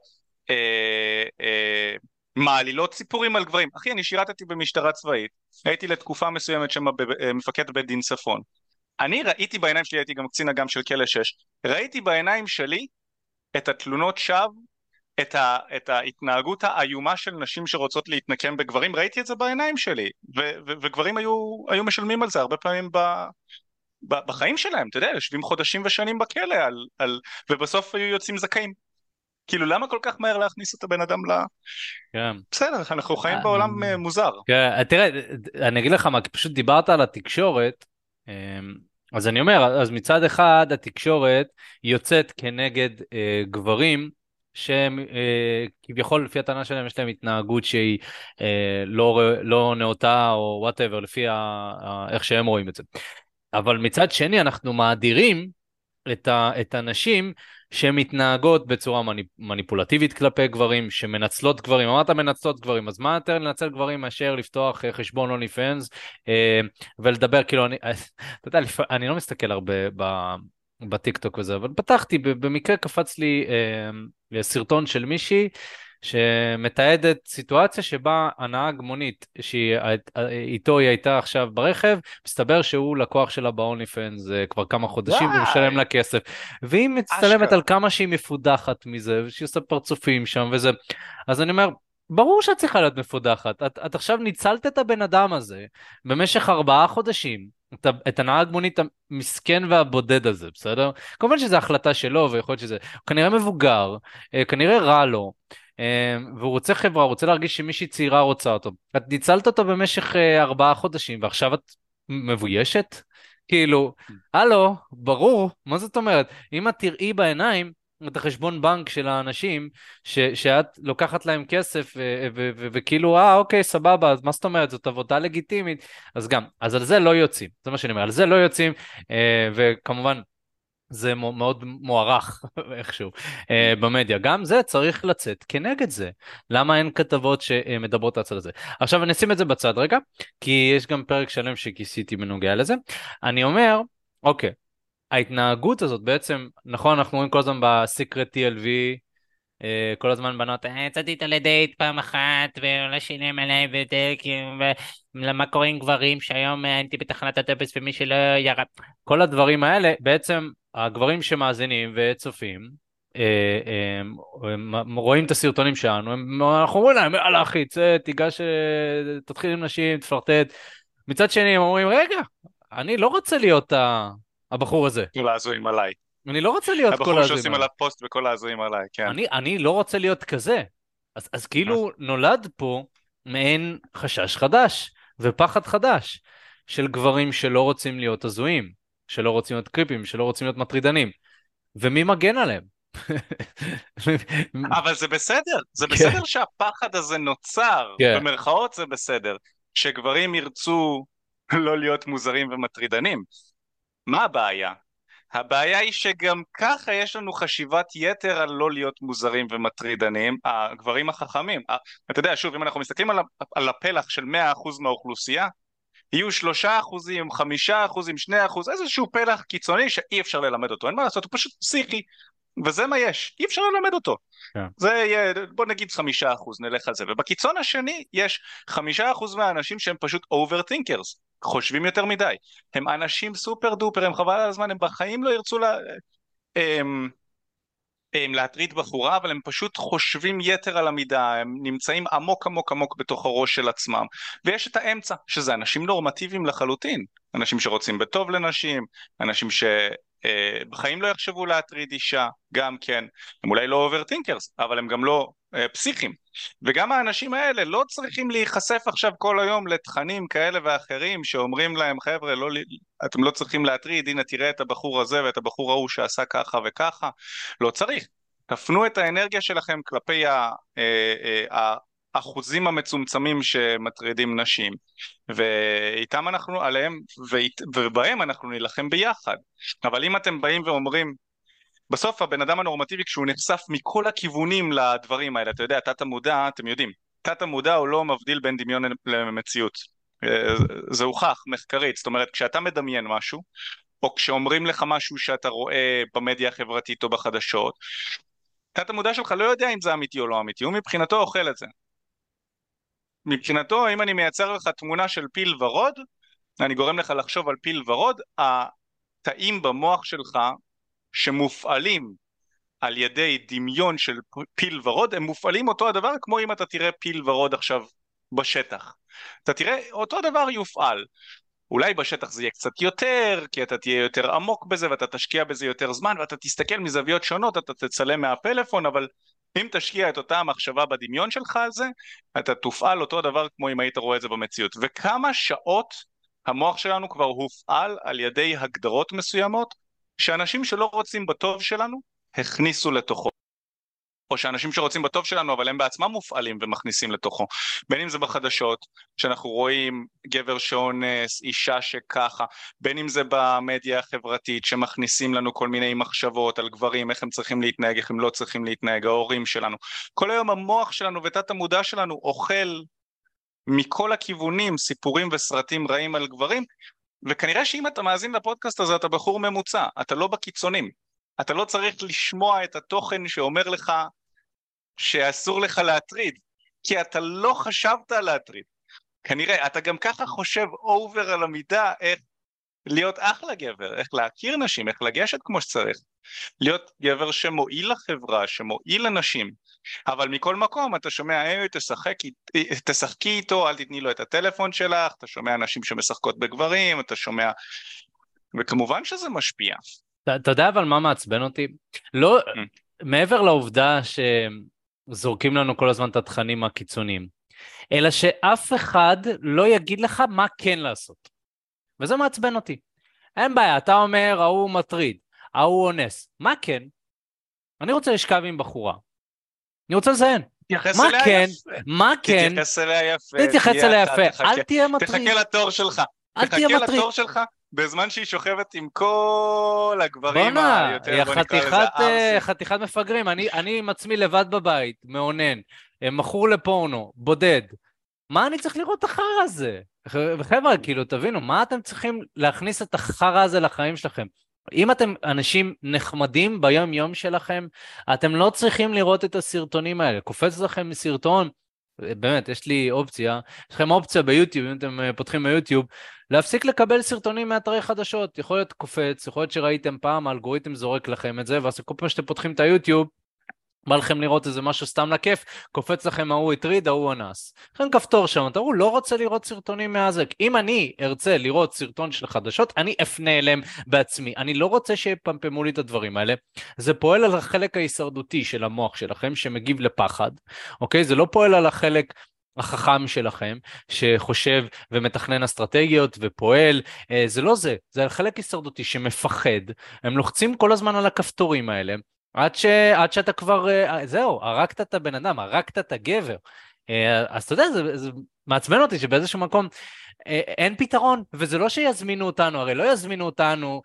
מעלילות סיפורים על גברים. אחי, אני שירתתי במשטרה צבאית, הייתי לתקופה מסוימת שם מפקד בית דין צפון. אני ראיתי בעיניים שלי, הייתי גם קצין אג"ם של כלא 6, ראיתי בעיניים שלי את התלונות שווא, את ההתנהגות האיומה של נשים שרוצות להתנקם בגברים, ראיתי את זה בעיניים שלי, וגברים היו משלמים על זה הרבה פעמים בחיים שלהם, אתה יודע, יושבים חודשים ושנים בכלא, ובסוף היו יוצאים זכאים. כאילו, למה כל כך מהר להכניס את הבן אדם כן. בסדר, אנחנו חיים בעולם מוזר. כן, תראה, אני אגיד לך מה, כי פשוט דיברת על התקשורת, אז אני אומר, אז מצד אחד התקשורת יוצאת כנגד גברים שהם כביכול לפי הטענה שלהם יש להם התנהגות שהיא לא נאותה או וואטאבר לפי איך שהם רואים את זה. אבל מצד שני אנחנו מאדירים את הנשים שמתנהגות בצורה מניפולטיבית כלפי גברים, שמנצלות גברים. אמרת מנצלות גברים, אז מה יותר לנצל גברים מאשר לפתוח חשבון אונלי פנס ולדבר, כאילו, אתה יודע, אני לא מסתכל הרבה בטיקטוק וזה, אבל פתחתי, במקרה קפץ לי סרטון של מישהי, שמתעדת סיטואציה שבה הנהג מונית שאיתו היא הייתה עכשיו ברכב, מסתבר שהוא לקוח שלה באונלי פנס כבר כמה חודשים והוא משלם די, לה כסף, והיא מצטלמת על אשכרה. כמה שהיא מפודחת מזה ושהיא עושה פרצופים שם וזה. אז אני אומר, ברור שאת צריכה להיות מפודחת, את עכשיו ניצלת את הבן אדם הזה במשך 4 חודשים, את הנהג מונית המסכן והבודד הזה, בסדר? כמובן שזו החלטה שלו, ויכול להיות שזה, הוא כנראה מבוגר, כנראה רע לו, והוא רוצה חברה, הוא רוצה להרגיש שמישהי צעירה רוצה אותו. את ניצלת אותו במשך 4 חודשים, ועכשיו את מבוישת? כאילו, הלו, ברור, מה זאת אומרת? אם את תראי בעיניים את החשבון בנק של האנשים, שאת לוקחת להם כסף, וכאילו, אוקיי, סבבה, אז מה זאת אומרת? זאת עבודה לגיטימית. אז על זה לא יוצאים, זה מה שאני אומר, על זה לא יוצאים, וכמובן, זה מאוד מוערך איכשהו במדיה. גם זה צריך לצאת כנגד זה. למה אין כתבות שמדברות הצד הזה? עכשיו אני אשים את זה בצד רגע, כי יש גם פרק שלם שכיסיתי בנוגע לזה. אני אומר, אוקיי, ההתנהגות הזאת בעצם, נכון, אנחנו רואים כל הזמן בסיקרט TLV, כל הזמן בנות, יצאתי איתה לדייט פעם אחת, ולא שילם עליי, ולמה קורה עם גברים שהיום הייתי בתחנת הטופס ומי שלא ירד. כל הדברים האלה, בעצם הגברים שמאזינים וצופים, הם רואים את הסרטונים שלנו, אנחנו אומרים להם, יאללה אחי, צא, תיגש, תתחיל עם נשים, תפרטט. מצד שני הם אומרים, רגע, אני לא רוצה להיות הבחור הזה. כל ההזויים עליי. אני לא רוצה להיות כל הבחור הזמן. שעושים עליו פוסט וכל ההזויים עליי, כן. אני לא רוצה להיות כזה. אז כאילו נולד פה מעין חשש חדש ופחד חדש של גברים שלא רוצים להיות הזויים, שלא רוצים להיות קריפים, שלא רוצים להיות מטרידנים. ומי מגן עליהם? אבל זה בסדר, זה כן, בסדר שהפחד הזה נוצר, כן, במרכאות זה בסדר, שגברים ירצו לא להיות מוזרים ומטרידנים. מה הבעיה? הבעיה היא שגם ככה יש לנו חשיבת יתר על לא להיות מוזרים ומטרידנים, הגברים החכמים. אתה יודע, שוב, אם אנחנו מסתכלים על הפלח של 100% מהאוכלוסייה, יהיו 3%, 5%, 2%, איזשהו פלח קיצוני שאי אפשר ללמד אותו, אין מה לעשות, הוא פשוט פסיכי, וזה מה יש, אי אפשר ללמד אותו. כן. זה יהיה, בוא נגיד 5%, נלך על זה. ובקיצון השני, יש 5% מהאנשים שהם פשוט overthinkers, חושבים יותר מדי. הם אנשים סופר דופר, הם חבל על הזמן, הם בחיים לא ירצו הם, הם להטריד בחורה, אבל הם פשוט חושבים יתר על המידה, הם נמצאים עמוק עמוק עמוק בתוך הראש של עצמם. ויש את האמצע, שזה אנשים נורמטיביים לחלוטין. אנשים שרוצים בטוב לנשים, אנשים בחיים לא יחשבו להטריד אישה, גם כן, הם אולי לא אוברטינקרס, אבל הם גם לא פסיכים, וגם האנשים האלה לא צריכים להיחשף עכשיו כל היום לתכנים כאלה ואחרים שאומרים להם חבר'ה לא, אתם לא צריכים להטריד, הנה תראה את הבחור הזה ואת הבחור ההוא שעשה ככה וככה, לא צריך, תפנו את האנרגיה שלכם כלפי האחוזים המצומצמים שמטרידים נשים, ואיתם אנחנו עליהם, ובהם אנחנו נילחם ביחד. אבל אם אתם באים ואומרים, בסוף הבן אדם הנורמטיבי כשהוא נחשף מכל הכיוונים לדברים האלה, אתה יודע, תת המודע, אתם יודעים, תת המודע הוא לא מבדיל בין דמיון למציאות. זה הוכח מחקרית, זאת אומרת כשאתה מדמיין משהו, או כשאומרים לך משהו שאתה רואה במדיה החברתית או בחדשות, תת המודע שלך לא יודע אם זה אמיתי או לא אמיתי, הוא מבחינתו אוכל את זה. מבחינתו, אם אני מייצר לך תמונה של פיל ורוד, אני גורם לך לחשוב על פיל ורוד, התאים במוח שלך שמופעלים על ידי דמיון של פיל ורוד, הם מופעלים אותו הדבר כמו אם אתה תראה פיל ורוד עכשיו בשטח. אתה תראה אותו דבר יופעל. אולי בשטח זה יהיה קצת יותר, כי אתה תהיה יותר עמוק בזה ואתה תשקיע בזה יותר זמן ואתה תסתכל מזוויות שונות, אתה תצלם מהפלאפון, אבל אם תשקיע את אותה המחשבה בדמיון שלך על זה, אתה תופעל אותו דבר כמו אם היית רואה את זה במציאות. וכמה שעות המוח שלנו כבר הופעל על ידי הגדרות מסוימות, שאנשים שלא רוצים בטוב שלנו, הכניסו לתוכו. או שאנשים שרוצים בטוב שלנו אבל הם בעצמם מופעלים ומכניסים לתוכו, בין אם זה בחדשות שאנחנו רואים גבר שאונס, אישה שככה, בין אם זה במדיה החברתית שמכניסים לנו כל מיני מחשבות על גברים, איך הם צריכים להתנהג, איך הם לא צריכים להתנהג, ההורים שלנו, כל היום המוח שלנו ותת המודע שלנו אוכל מכל הכיוונים סיפורים וסרטים רעים על גברים, וכנראה שאם אתה מאזין לפודקאסט הזה אתה בחור ממוצע, אתה לא בקיצונים, אתה לא צריך לשמוע את התוכן שאומר לך שאסור לך להטריד, כי אתה לא חשבת להטריד. כנראה, אתה גם ככה חושב אובר על המידה, איך להיות אחלה גבר, איך להכיר נשים, איך לגשת כמו שצריך, להיות גבר שמועיל לחברה, שמועיל לנשים, אבל מכל מקום אתה שומע, תשחקי איתו, אל תתני לו את הטלפון שלך, אתה שומע נשים שמשחקות בגברים, אתה שומע, וכמובן שזה משפיע. אתה יודע אבל מה מעצבן אותי? לא, מעבר לעובדה שזורקים לנו כל הזמן את התכנים הקיצוניים, אלא שאף אחד לא יגיד לך מה כן לעשות. וזה מעצבן אותי. אין בעיה, אתה אומר, ההוא מטריד, ההוא אונס. מה כן? אני רוצה לשכב עם בחורה. אני רוצה לזיין. מה כן? מה כן? תתייחס אליה יפה. תתייחס אליה יפה. אל תהיה מטריד. תחכה לתור שלך. אל תהיה מטריד. תחכה לתור שלך בזמן שהיא שוכבת עם כל הגברים היותר, בוא נקרא לזה ארסים. חתיכת מפגרים. אני עם עצמי לבד בבית, מעונן. מכור לפורנו, בודד. מה אני צריך לראות את החרא הזה? וחבר'ה, כאילו, תבינו, מה אתם צריכים להכניס את החרא הזה לחיים שלכם? אם אתם אנשים נחמדים ביום יום שלכם, אתם לא צריכים לראות את הסרטונים האלה. קופץ לכם מסרטון, באמת, יש לי אופציה, יש לכם אופציה ביוטיוב, אם אתם פותחים ביוטיוב, להפסיק לקבל סרטונים מאתרי חדשות. יכול להיות קופץ, יכול להיות שראיתם פעם, האלגוריתם זורק לכם את זה, ואז כל פעם שאתם פותחים את היוטיוב, בא לכם לראות איזה משהו סתם לכיף, קופץ לכם ההוא הטריד, ההוא אנס. לכן כפתור שם, אתה לא רוצה לראות סרטונים מהזה. אם אני ארצה לראות סרטון של חדשות, אני אפנה אליהם בעצמי. אני לא רוצה שיפמפמו לי את הדברים האלה. זה פועל על החלק ההישרדותי של המוח שלכם, שמגיב לפחד. אוקיי? זה לא פועל על החלק החכם שלכם, שחושב ומתכנן אסטרטגיות ופועל. זה לא זה. זה החלק הישרדותי שמפחד. הם לוחצים כל הזמן על הכפתורים האלה. עד שאתה כבר, זהו, הרגת את הבן אדם, הרגת את הגבר. אז אתה יודע, זה מעצבן אותי שבאיזשהו מקום אין פתרון, וזה לא שיזמינו אותנו, הרי לא יזמינו אותנו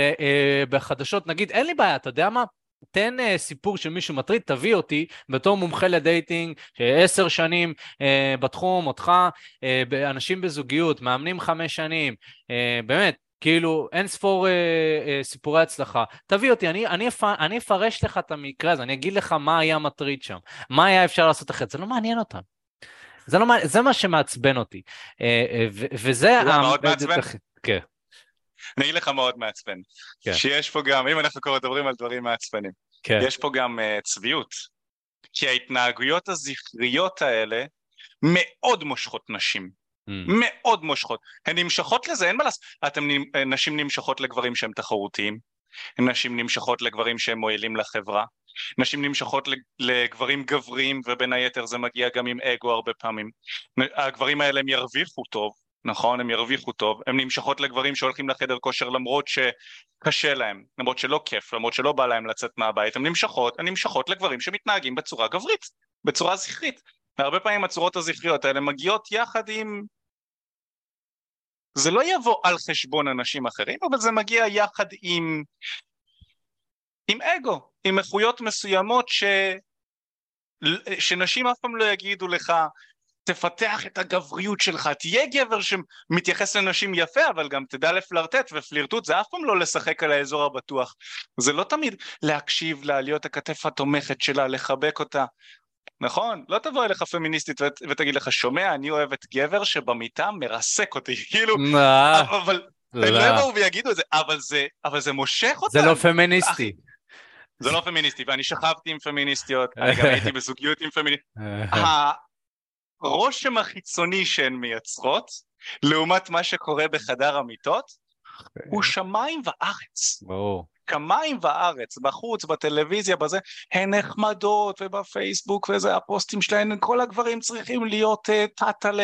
בחדשות, נגיד, אין לי בעיה, אתה יודע מה? תן סיפור של מישהו מטריד, תביא אותי בתור מומחה לדייטינג, 10 שנים בתחום, אותך, אנשים בזוגיות, מאמנים 5 שנים, באמת, כאילו, אין ספור סיפורי הצלחה. תביא אותי, אני אפרש לך את המקרה הזה, אני אגיד לך מה היה מטריד שם, מה היה אפשר לעשות אחרת, זה לא מעניין אותם. זה מה שמעצבן אותי. וזה... מאוד מעצבן? כן. אני אגיד לך מאוד מעצבן. שיש פה גם, אם אנחנו כבר מדברים על דברים מעצבנים, יש פה גם צביעות. כי ההתנהגויות הזכריות האלה מאוד מושכות נשים. מאוד מושכות, הן נמשכות לזה, אין מה לעשות, נשים נמשכות לגברים שהם תחרותיים, נשים נמשכות לגברים שהם מועילים לחברה, נשים נמשכות לגברים גבריים, ובין היתר זה מגיע גם עם אגו הרבה פעמים, הגברים האלה הם ירוויחו טוב, נכון, הם ירוויחו טוב, הם נמשכות לגברים שהולכים לחדר כושר למרות שקשה להם, למרות שלא כיף, למרות שלא בא להם לצאת מהבית, הן נמשכות לגברים שמתנהגים בצורה גברית, בצורה זכרית, והרבה פעמים הצורות הזכריות האלה מגיעות יחד עם, זה לא יבוא על חשבון אנשים אחרים, אבל זה מגיע יחד עם אגו, עם איכויות מסוימות שנשים אף פעם לא יגידו לך, תפתח את הגבריות שלך, תהיה גבר שמתייחס לנשים יפה, אבל גם תדע לפלרטט, ופלירטוט זה אף פעם לא לשחק על האזור הבטוח, זה לא תמיד להקשיב לה, להיות הכתף התומכת שלה, לחבק אותה, נכון? לא תבוא אליך פמיניסטית ותגיד לך, שומע, אני אוהבת גבר שבמיטה מרסק אותי, כאילו, אבל הם לא יבואו ויגידו את זה, אבל זה מושך אותם. זה לא פמיניסטי. זה לא פמיניסטי, ואני שכבתי עם פמיניסטיות, אני גם הייתי בזוגיות עם פמיניסטיות. הרושם החיצוני שהן מייצרות, לעומת מה שקורה בחדר המיטות, הוא שמיים וארץ. ברור. כמיים וארץ, בחוץ, בטלוויזיה, בזה, הן נחמדות, ובפייסבוק וזה, הפוסטים שלהן, כל הגברים צריכים להיות תתלה.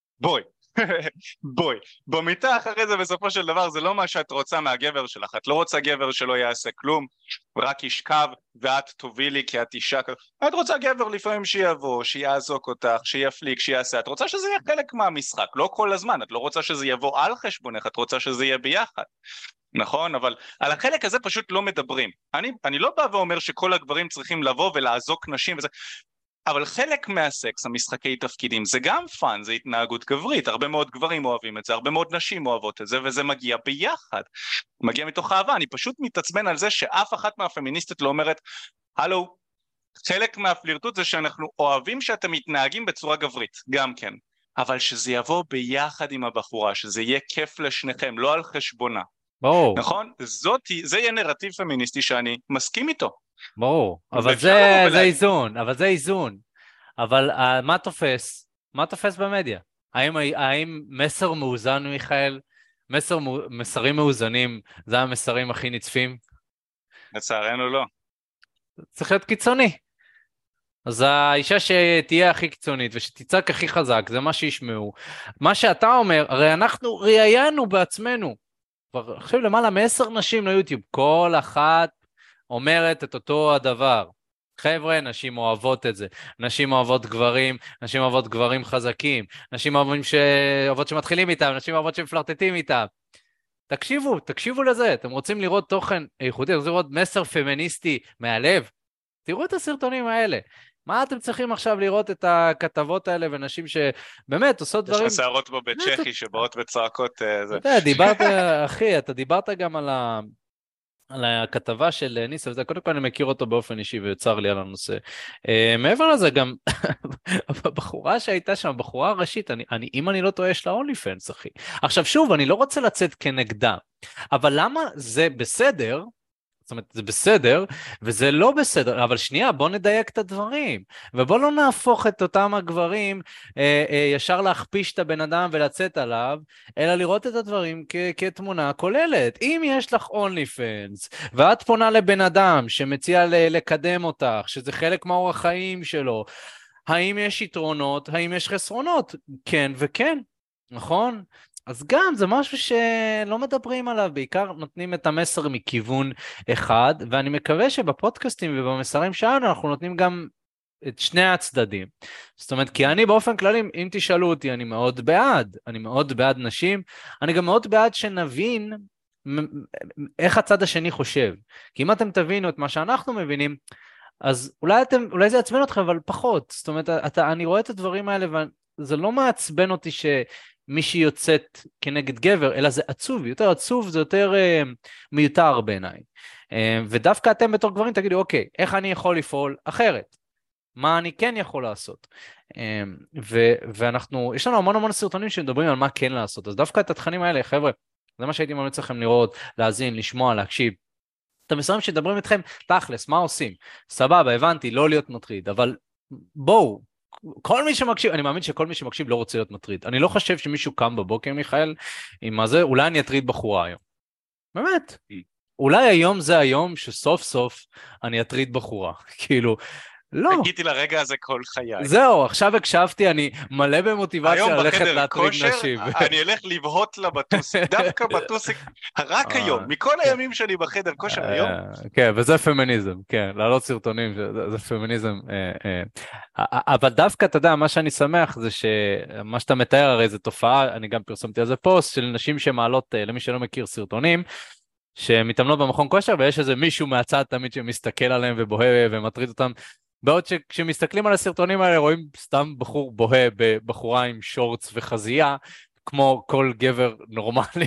בואי, במיטה אחרי זה בסופו של דבר, זה לא מה שאת רוצה מהגבר שלך, את לא רוצה גבר שלא יעשה כלום, רק ישכב, ואת תובילי כי את אישה, את רוצה גבר לפעמים שיבוא, שיעזוק אותך, שיפליק, שיעשה, את רוצה שזה יהיה חלק מהמשחק, לא כל הזמן, את לא רוצה שזה יבוא על חשבונך, את רוצה שזה יהיה ביחד. נכון, אבל על החלק הזה פשוט לא מדברים. אני לא בא ואומר שכל הגברים צריכים לבוא ולעזוק נשים וזה, אבל חלק מהסקס, המשחקי תפקידים, זה גם פן, זה התנהגות גברית, הרבה מאוד גברים אוהבים את זה, הרבה מאוד נשים אוהבות את זה, וזה מגיע ביחד, מגיע מתוך אהבה. אני פשוט מתעצבן על זה שאף אחת מהפמיניסטית לא אומרת, הלו, חלק מהפלירטוט זה שאנחנו אוהבים שאתם מתנהגים בצורה גברית, גם כן. אבל שזה יבוא ביחד עם הבחורה, שזה יהיה כיף לשניכם, לא על חשבונה. ברור, נכון? זה יהיה נרטיב פמיניסטי שאני מסכים איתו. ברור, אבל ואפשר לבוא זה ולהגיד, איזון, אבל זה איזון. אבל מה תופס? מה תופס במדיה? האם מסר מאוזן, מיכאל? מסרים מאוזנים, זה המסרים הכי נצפים? לצערנו לא. צריך להיות קיצוני. אז האישה שתהיה הכי קיצונית ושתצעק הכי חזק, זה מה שישמעו. מה שאתה אומר, הרי אנחנו ראיינו בעצמנו. כבר עכשיו למעלה מ10 נשים ליוטיוב, כל אחת אומרת את אותו הדבר. חבר'ה, נשים אוהבות את זה. נשים אוהבות גברים, נשים אוהבות גברים חזקים, נשים אוהבות שמתחילים איתם, נשים אוהבות שמפלרטטים איתם. תקשיבו לזה. אתם רוצים לראות תוכן איכותי, רוצים לראות מסר פמיניסטי מהלב? תראו את הסרטונים האלה. מה אתם צריכים עכשיו לראות את הכתבות האלה ונשים שבאמת עושות יש לך דברים... שערות פה בצ'כי שבאות וצועקות זה. אתה יודע, אחי, אתה דיברת גם על הכתבה של ניסה, וזה קודם כל אני מכיר אותו באופן אישי וצר לי על הנושא. מעבר לזה גם, הבחורה שהייתה שם, הבחורה הראשית, אם אני לא טועה, יש לה אונלי פנס, אחי. עכשיו שוב, אני לא רוצה לצאת כנגדה, אבל למה זה בסדר? זאת אומרת, זה בסדר, וזה לא בסדר, אבל שנייה, בוא נדייק את הדברים, ובוא לא נהפוך את אותם הגברים ישר להכפיש את הבן אדם ולצאת עליו, אלא לראות את הדברים כתמונה כוללת. אם יש לך אונלי פנס, ואת פונה לבן אדם שמציע לקדם אותך, שזה חלק מהאורח חיים שלו, האם יש יתרונות, האם יש חסרונות? כן וכן, נכון? אז גם זה משהו שלא מדברים עליו, בעיקר נותנים את המסר מכיוון אחד, ואני מקווה שבפודקאסטים ובמסרים שלנו אנחנו נותנים גם את שני הצדדים. זאת אומרת, כי אני באופן כללי, אם תשאלו אותי, אני מאוד בעד נשים, אני גם מאוד בעד שנבין איך הצד השני חושב. כי אם אתם תבינו את מה שאנחנו מבינים, אז אולי זה יעצבן אתכם, אבל פחות. זאת אומרת, אני רואה את הדברים האלה, וזה לא מעצבן אותי מישהי יוצאת כנגד גבר, אלא זה עצוב, יותר עצוב, זה יותר מיותר בעיניי. ודווקא אתם בתור גברים תגידו, אוקיי, איך אני יכול לפעול אחרת? מה אני כן יכול לעשות? יש לנו המון סרטונים שמדברים על מה כן לעשות, אז דווקא את התכנים האלה, חבר'ה, זה מה שהייתי ממליץ לכם לראות, להאזין, לשמוע, להקשיב. את המסרים שדברים איתכם, תכלס, מה עושים? סבבה, הבנתי, לא להיות מטריד, אבל בואו, כל מי שמקשיב, אני מאמין שכל מי שמקשיב לא רוצה להיות מטריד. אני לא חושב שמישהו קם בבוקר, מיכאל, עם מה זה, אולי אני אטריד בחורה היום. באמת. אולי היום זה היום שסוף סוף אני אטריד בחורה. כאילו, לא. חיכיתי לרגע הזה כל חיי. זהו, עכשיו הקשבתי, אני מלא במוטיבציה ללכת בחדר להטריד כושר, נשים. אני אלך לבהות לה בטוסיק, דווקא בטוסיק, רק היום, מכל הימים שלי בחדר כושר היום. כן, וזה פמיניזם, כן, לעלות סרטונים, זה פמיניזם. אבל דווקא, אתה יודע, מה שאני שמח זה שמה שאתה מתאר, הרי זו תופעה, אני גם פרסמתי על זה פוסט, של נשים שמעלות, למי שלא מכיר, סרטונים, שמתאמנות במכון כושר, ויש איזה מישהו מהצד תמיד שמסתכל עליהם ובוהה ומטריד אותם, בעוד שכשמסתכלים על הסרטונים האלה רואים סתם בחור בוהה בבחורה עם שורץ וחזייה, כמו כל גבר נורמלי,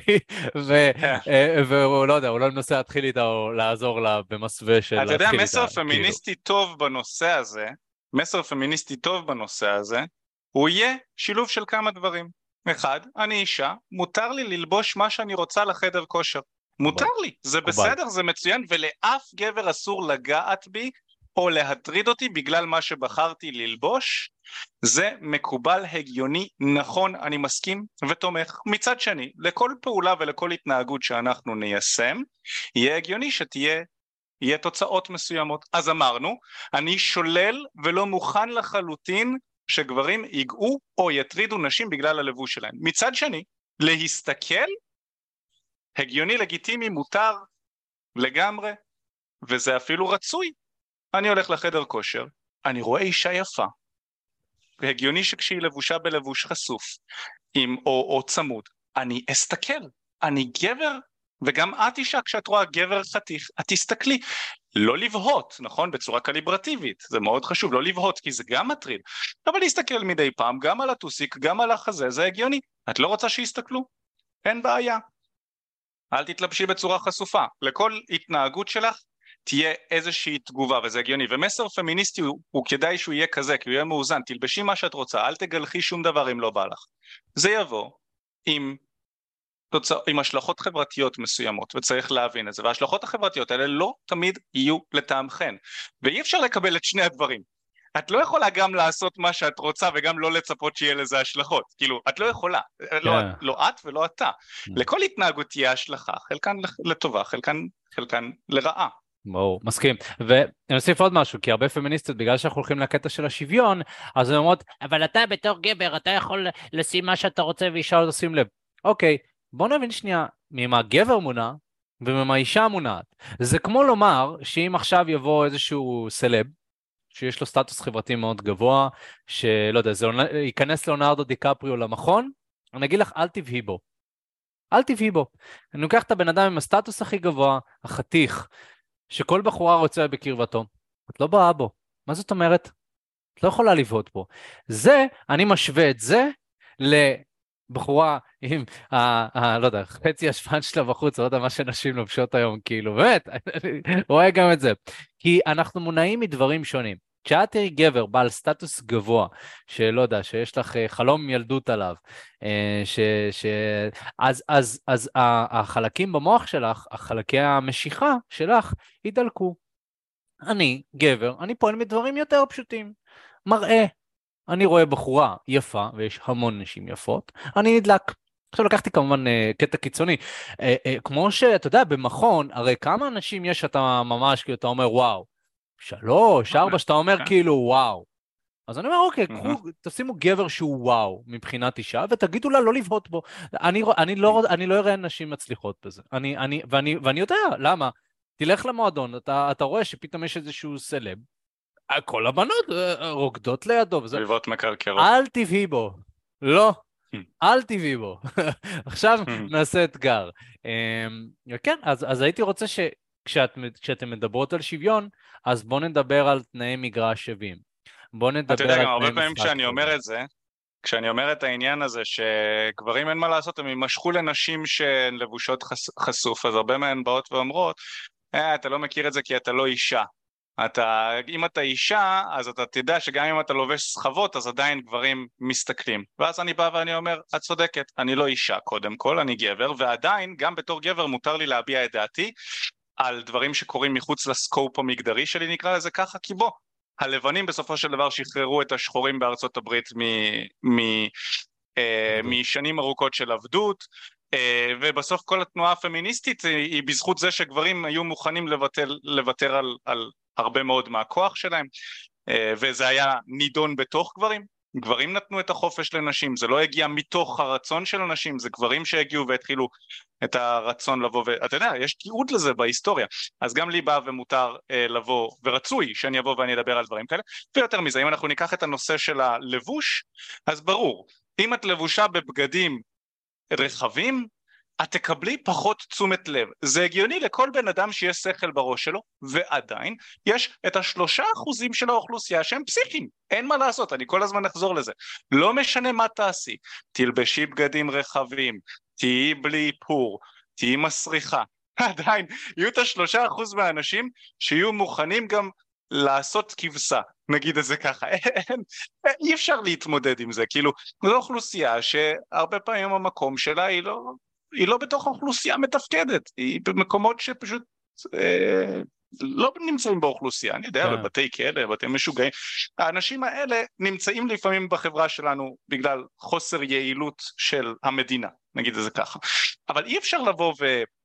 והוא לא יודע, הוא לא מנסה להתחיל איתה או לעזור לה במסווה של להתחיל איתה. אתה יודע, מסר פמיניסטי טוב בנושא הזה, מסר פמיניסטי טוב בנושא הזה, הוא יהיה שילוב של כמה דברים. אחד, אני אישה, מותר לי ללבוש מה שאני רוצה לחדר כושר. מותר לי, זה בסדר, זה מצוין, ולאף גבר אסור לגעת בי, או להטריד אותי בגלל מה שבחרתי ללבוש. זה מקובל, הגיוני, נכון, אני מסכים ותומך. מצד שני, לכל פעולה ולכל התנהגות שאנחנו ניישם, יהיה הגיוני יהיה תוצאות מסוימות. אז אמרנו, אני שולל ולא מוכן לחלוטין שגברים ייגעו או יטרידו נשים בגלל הלבוש שלהם. מצד שני, להסתכל, הגיוני, לגיטימי, מותר לגמרי, וזה אפילו רצוי. אני הולך לחדר כושר, אני רואה אישה יפה, והגיוני שכשהיא לבושה בלבוש חשוף, או צמוד, אני אסתכל, אני גבר, וגם את אישה כשאת רואה גבר חתיך, את תסתכלי, לא לבהות, נכון? בצורה קליברטיבית, זה מאוד חשוב, לא לבהות, כי זה גם מטריד, אבל להסתכל מדי פעם, גם על הטוסיק, גם על החזה, זה הגיוני, את לא רוצה שיסתכלו? אין בעיה. אל תתלבשי בצורה חשופה, לכל התנהגות שלך, תהיה איזושהי תגובה, וזה הגיוני, ומסר פמיניסטי הוא כדאי שהוא יהיה כזה, כי הוא יהיה מאוזן, תלבשי מה שאת רוצה, אל תגלחי שום דבר אם לא בא לך. זה יבוא עם עם השלכות חברתיות מסוימות, וצריך להבין את זה, וההשלכות החברתיות האלה לא תמיד יהיו לטעמכן, ואי אפשר לקבל את שני הדברים. את לא יכולה גם לעשות מה שאת רוצה וגם לא לצפות שיהיה לזה השלכות, כאילו את לא יכולה, לא את ולא אתה, לכל התנהגות תהיה השלכה, חלקן לטובה, חלקן לרעה. ברור, מסכים. ואני אוסיף עוד משהו, כי הרבה פמיניסטיות, בגלל שאנחנו הולכים לקטע של השוויון, אז הן אומרות, אבל אתה בתור גבר, אתה יכול לשים מה שאתה רוצה ואישה לא תשים לב. אוקיי, בוא נבין שנייה, ממה הגבר מונע וממה האישה מונעת. זה כמו לומר, שאם עכשיו יבוא איזשהו סלב, שיש לו סטטוס חברתי מאוד גבוה, שלא יודע, זה ייכנס לאונרדו דיקפריו למכון, אני אגיד לך, אל תבהי בו. אל תבהי בו. אני לוקח את הבן אדם עם הסטטוס הכי גבוה, החתיך, שכל בחורה רוצה בקרבתו. את לא באה בו. מה זאת אומרת? את לא יכולה לבהות בו. זה, אני משווה את זה לבחורה עם, לא יודע, חצי השפן שלה בחוץ, לא יודע מה שנשים לובשות היום, כאילו, באמת, אני רואה גם את זה. כי אנחנו מונעים מדברים שונים. כשאת תראי גבר בעל סטטוס גבוה, שלא יודע, שיש לך חלום ילדות עליו, אז החלקים במוח שלך, החלקי המשיכה שלך, ידלקו. אני גבר, אני פועל מדברים יותר פשוטים. מראה, אני רואה בחורה יפה, ויש המון נשים יפות, אני נדלק. עכשיו לקחתי כמובן קטע קיצוני, כמו שאתה יודע, במכון, הרי כמה אנשים יש שאתה ממש, כאילו אתה אומר וואו, 3, 4, שאתה אומר כאילו וואו. אז אני אומר אוקיי, תשימו גבר שהוא וואו מבחינת אישה, ותגידו לה לא לבהות בו. אני לא אראה נשים מצליחות בזה. ואני יודע, למה? תלך למועדון, אתה רואה שפתאום יש איזשהו סלב, כל הבנות רוקדות לידו. לבהות מקרקרות. אל תבהי בו. לא. אל תבהי בו. עכשיו נעשה אתגר. כן, אז הייתי רוצה כשאתם מדברות על שוויון, אז בואו נדבר על תנאי מגרש שווים. בואו נדבר על תנאי משחק. אתה יודע, גם הרבה פעמים כשאני אומר את זה, כשאני אומר את העניין הזה שגברים אין מה לעשות, הם יימשכו לנשים שהן לבושות חשוף, אז הרבה מהן באות ואומרות, אתה לא מכיר את זה כי אתה לא אישה. אם אתה אישה, אז אתה תדע שגם אם אתה לובש סחבות, אז עדיין גברים מסתכלים. ואז אני בא ואני אומר, את צודקת, אני לא אישה קודם כל, אני גבר, ועדיין, גם בתור גבר מותר לי להביע את דעתי, על דברים שקורים מחוץ לסקופ המגדרי שלי, נקרא לזה ככה, כי בוא, הלבנים בסופו של דבר שחררו את השחורים בארצות הברית משנים ארוכות של עבדות, ובסוף כל התנועה הפמיניסטית היא בזכות זה שגברים היו מוכנים לוותר על הרבה מאוד מהכוח שלהם, וזה היה נידון בתוך גברים. גברים נתנו את החופש לנשים, זה לא הגיע מתוך הרצון של אנשים, זה גברים שהגיעו והתחילו את הרצון לבוא, ואתה יודע, יש תיעוד לזה בהיסטוריה, אז גם לי בא ומותר לבוא, ורצוי שאני אבוא ואני אדבר על דברים כאלה, ויותר מזה, אם אנחנו ניקח את הנושא של הלבוש, אז ברור, אם את לבושה בבגדים רחבים, את תקבלי פחות תשומת לב. זה הגיוני לכל בן אדם שיש שכל בראש שלו, ועדיין יש את 3% של האוכלוסייה שהם פסיכיים. אין מה לעשות, אני כל הזמן אחזור לזה. לא משנה מה תעשי, תלבשי בגדים רחבים, תהיי בלי איפור, תהיי מסריחה. עדיין יהיו את 3% מהאנשים שיהיו מוכנים גם לעשות כבשה, נגיד את זה ככה. אי אפשר להתמודד עם זה, כאילו, זו אוכלוסייה שהרבה פעמים המקום שלה היא לא בתוך האוכלוסייה מתפקדת, היא במקומות שפשוט לא נמצאים באוכלוסייה, אני יודע, בבתי כלא, בבתי משוגעים, האנשים האלה נמצאים לפעמים בחברה שלנו בגלל חוסר יעילות של המדינה, נגיד את זה ככה, אבל אי אפשר לבוא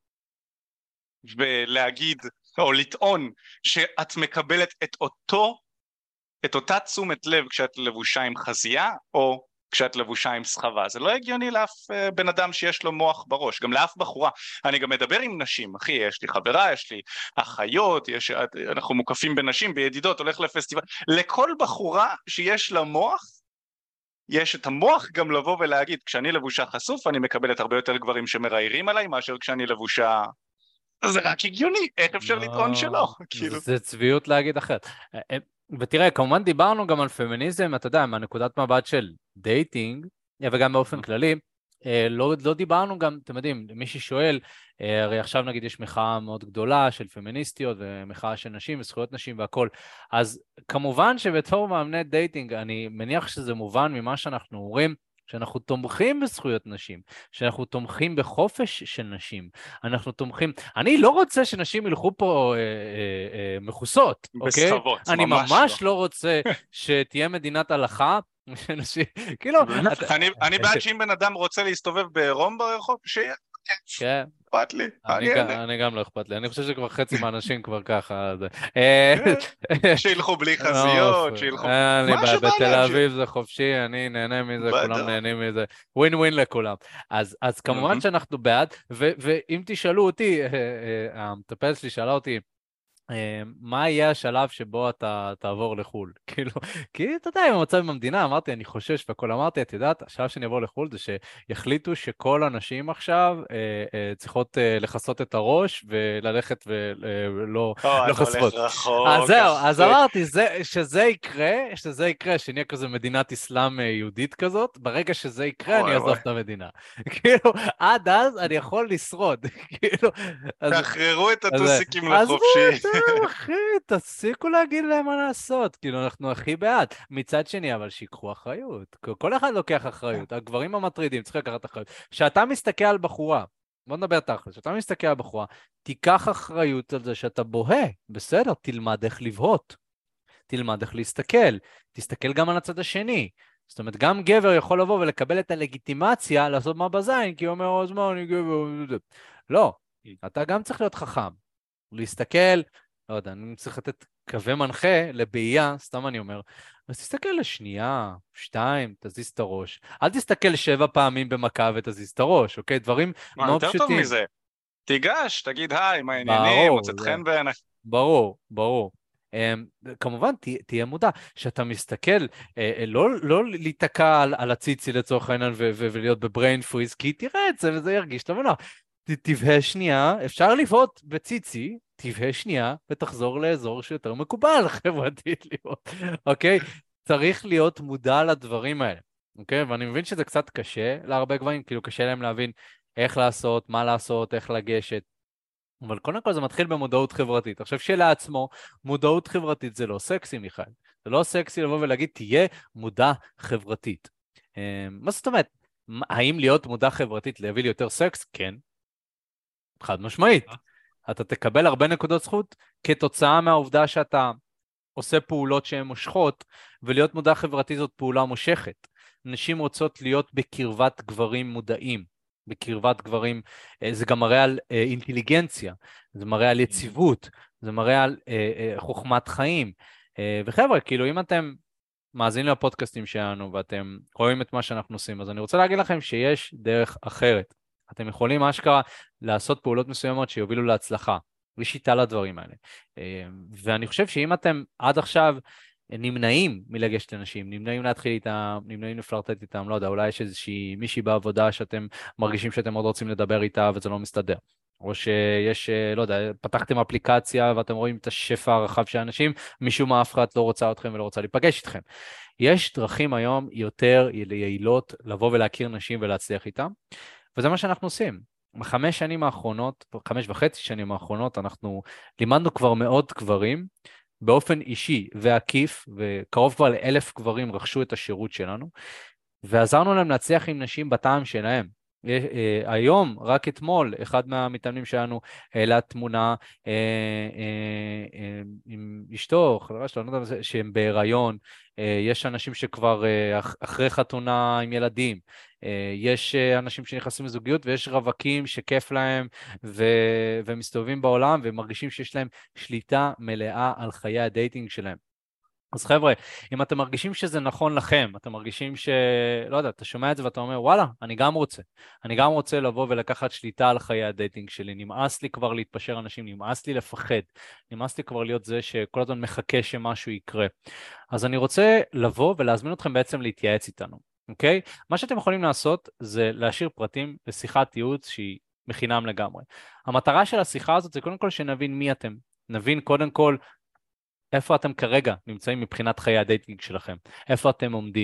ולהגיד, או לטעון שאת מקבלת את אותה תשומת לב כשאת לבושה עם חזייה, או כשאת לבושה עם סחבה. זה לא הגיוני לאף בן אדם שיש לו מוח בראש, גם לאף בחורה. אני גם מדבר עם נשים, אחי, יש לי חברה, יש לי אחיות, אנחנו מוקפים בנשים, בידידות, הולך לפסטיבל. לכל בחורה שיש לה מוח, יש את המוח גם לבוא ולהגיד, כשאני לבושה חשוף, אני מקבלת הרבה יותר גברים שמראיירים עליי, מאשר כשאני לבושה... זה רק הגיוני, איך אפשר לטעון שלא? זה צביעות להגיד אחרת. ותראה, כמובן דיברנו גם על פמיניזם, אתה יודע, מהנקודת מבט של דייטינג, וגם באופן כללי, לא דיברנו גם, אתם יודעים, מי ששואל, הרי עכשיו נגיד יש מחאה מאוד גדולה של פמיניסטיות ומחאה של נשים וזכויות נשים והכל, אז כמובן שבתור מאמני דייטינג אני מניח שזה מובן ממה שאנחנו אומרים, שאנחנו תומכים בזכויות נשים, שאנחנו תומכים בחופש של נשים, אנחנו תומכים, אני לא רוצה שנשים ילכו פה מכוסות, אוקיי? בסחבות, אני ממש לא. ממש לא רוצה שתהיה מדינת הלכה, שאנשים, כאילו, אני בעד שאם בן אדם רוצה להסתובב בעירום ברחוב, שיהיה, כן. אכפת לי, אני אענה. אני גם לא אכפת לי, אני חושב שכבר חצי מהאנשים כבר ככה. כן, שילכו בלי אוף, חזיות, שילכו... אני מה שבא בתל להם, אביב זה חופשי, אני נהנה מזה, כולם בטח. נהנים מזה, ווין ווין לכולם. אז כמובן שאנחנו בעד, ואם תשאלו אותי, המטפלת שלי שאלה אותי, מה יהיה השלב שבו אתה תעבור לחול? כאילו, כי אתה יודע, עם המצב עם המדינה, אמרתי, אני חושש והכל, אמרתי, את יודעת, השלב שאני אעבור לחול זה שיחליטו שכל הנשים עכשיו צריכות לכסות את הראש וללכת ולא לא אתה הולך חשפות. אז רחוק, זהו, אז אחי. אמרתי, שזה יקרה, שנהיה כזה מדינת אסלאם יהודית כזאת, ברגע שזה יקרה אני וואי אעזוב וואי. את המדינה. כאילו, עד אז אני יכול לשרוד. כאילו, אז... תחררו את אז הטוסיקים עזבו לחופשי. אותם, אחי, תפסיקו להגיד להם מה לעשות. כאילו, אנחנו הכי בעד. מצד שני, אבל שיקחו אחריות. כל אחד לוקח אחריות. הגברים המטרידים צריכים לקחת אחריות. כשאתה מסתכל על בחורה, בוא נדבר תכל'ס, כשאתה מסתכל על בחורה, תיקח אחריות על זה שאתה בוהה. בסדר, תלמד איך לבהות. תלמד איך להסתכל. תסתכל גם על הצד השני. זאת אומרת, גם גבר יכול לבוא ולקבל את הלגיטימציה לעשות מה בזין, כי הוא אומר, אז מה, אני גבר... לא, אתה גם צריך להיות חכם. להסתכל, לא יודע, אני צריך לתת קווי מנחה לבעיה, סתם אני אומר, אז תסתכל לשנייה, שתיים, תזיז את הראש. אל תסתכל 7 פעמים במכה ותזיז את הראש, אוקיי? דברים מה, מאוד יותר טוב פשוטים. מזה. תיגש, תגיד היי, מה העניינים, ברור, מוצאת חן בעיניך. ברור, ברור. כמובן, תהיה מודע, שאתה מסתכל, לא להיתקע על הציצי לצורך העניין ולהיות בבריין פריז, כי תראה את זה וזה ירגיש טוב ונוח. תבהה שנייה, אפשר לבהות בציצי, תבהה שנייה ותחזור לאזור שיותר מקובל חברתית לבהות, אוקיי? צריך להיות מודע לדברים האלה, אוקיי? ואני מבין שזה קצת קשה להרבה גברים, כאילו קשה להם להבין איך לעשות, מה לעשות, איך לגשת. אבל קודם כל זה מתחיל במודעות חברתית. עכשיו שלעצמו, מודעות חברתית זה לא סקסי, מיכאל. זה לא סקסי לבוא ולהגיד, תהיה מודע חברתית. מה זאת אומרת? האם להיות מודע חברתית להביא לי יותר סקס? כן. חד משמעית. אתה תקבל הרבה נקודות זכות כתוצאה מהעובדה שאתה עושה פעולות שהן מושכות, ולהיות מודע חברתית זאת פעולה מושכת. נשים רוצות להיות בקרבת גברים מודעים. בקרבת גברים, זה גם מראה על אינטליגנציה, זה מראה על יציבות, זה מראה על חוכמת חיים. וחבר'ה, כאילו אם אתם מאזינים לפודקאסטים שלנו ואתם רואים את מה שאנחנו עושים, אז אני רוצה להגיד לכם שיש דרך אחרת. אתם יכולים אשכרה לעשות פעולות מסוימות שיובילו להצלחה. יש שיטה לדברים האלה. ואני חושב שאם אתם עד עכשיו נמנעים מלגשת לאנשים, נמנעים להתחיל איתם, נמנעים לפלרטט איתם, לא יודע, אולי יש איזושהי מישהי בעבודה שאתם מרגישים שאתם מאוד רוצים לדבר איתה וזה לא מסתדר. או שיש, לא יודע, פתחתם אפליקציה ואתם רואים את השפע הרחב של האנשים, משום מה אף אחד לא רוצה אתכם ולא רוצה להיפגש איתכם. יש דרכים היום יותר יעילות לבוא ולהכיר נשים ולהצליח איתם, וזה מה שאנחנו עושים. 5 שנים האחרונות, 5.5 שנים האחרונות, אנחנו לימדנו כבר מאות גברים, באופן אישי ועקיף, וקרוב כבר ל1,000 גברים רכשו את השירות שלנו, ועזרנו להם להצליח עם נשים בטעם שלהם. היום, רק אתמול, אחד מהמתאמנים שלנו העלה תמונה עם אשתו, חברה שלו, לא יודע, שהם בהיריון, יש אנשים שכבר אחרי חתונה עם ילדים, יש אנשים שנכנסים לזוגיות ויש רווקים שכיף להם ומסתובבים בעולם ומרגישים שיש להם שליטה מלאה על חיי הדייטינג שלהם. אז חבר'ה, אם אתם מרגישים שזה נכון לכם, אתם מרגישים לא יודע, אתה שומע את זה ואתה אומר, וואלה, אני גם רוצה לבוא ולקחת שליטה על חיי הדייטינג שלי, נמאס לי כבר להתפשר אנשים, נמאס לי לפחד, נמאס לי כבר להיות זה שכל הזמן מחכה שמשהו יקרה. אז אני רוצה לבוא ולהזמין אתכם בעצם להתייעץ איתנו, אוקיי? מה שאתם יכולים לעשות זה להשאיר פרטים לשיחת ייעוץ שהיא בחינם לגמרי. המטרה של השיחה הזאת זה קודם כל שנבין מי אתם, נבין קודם כל איפה אתם כרגע נמצאים מבחינת חיי הדייטינג שלכם, איפה אתם עומדים,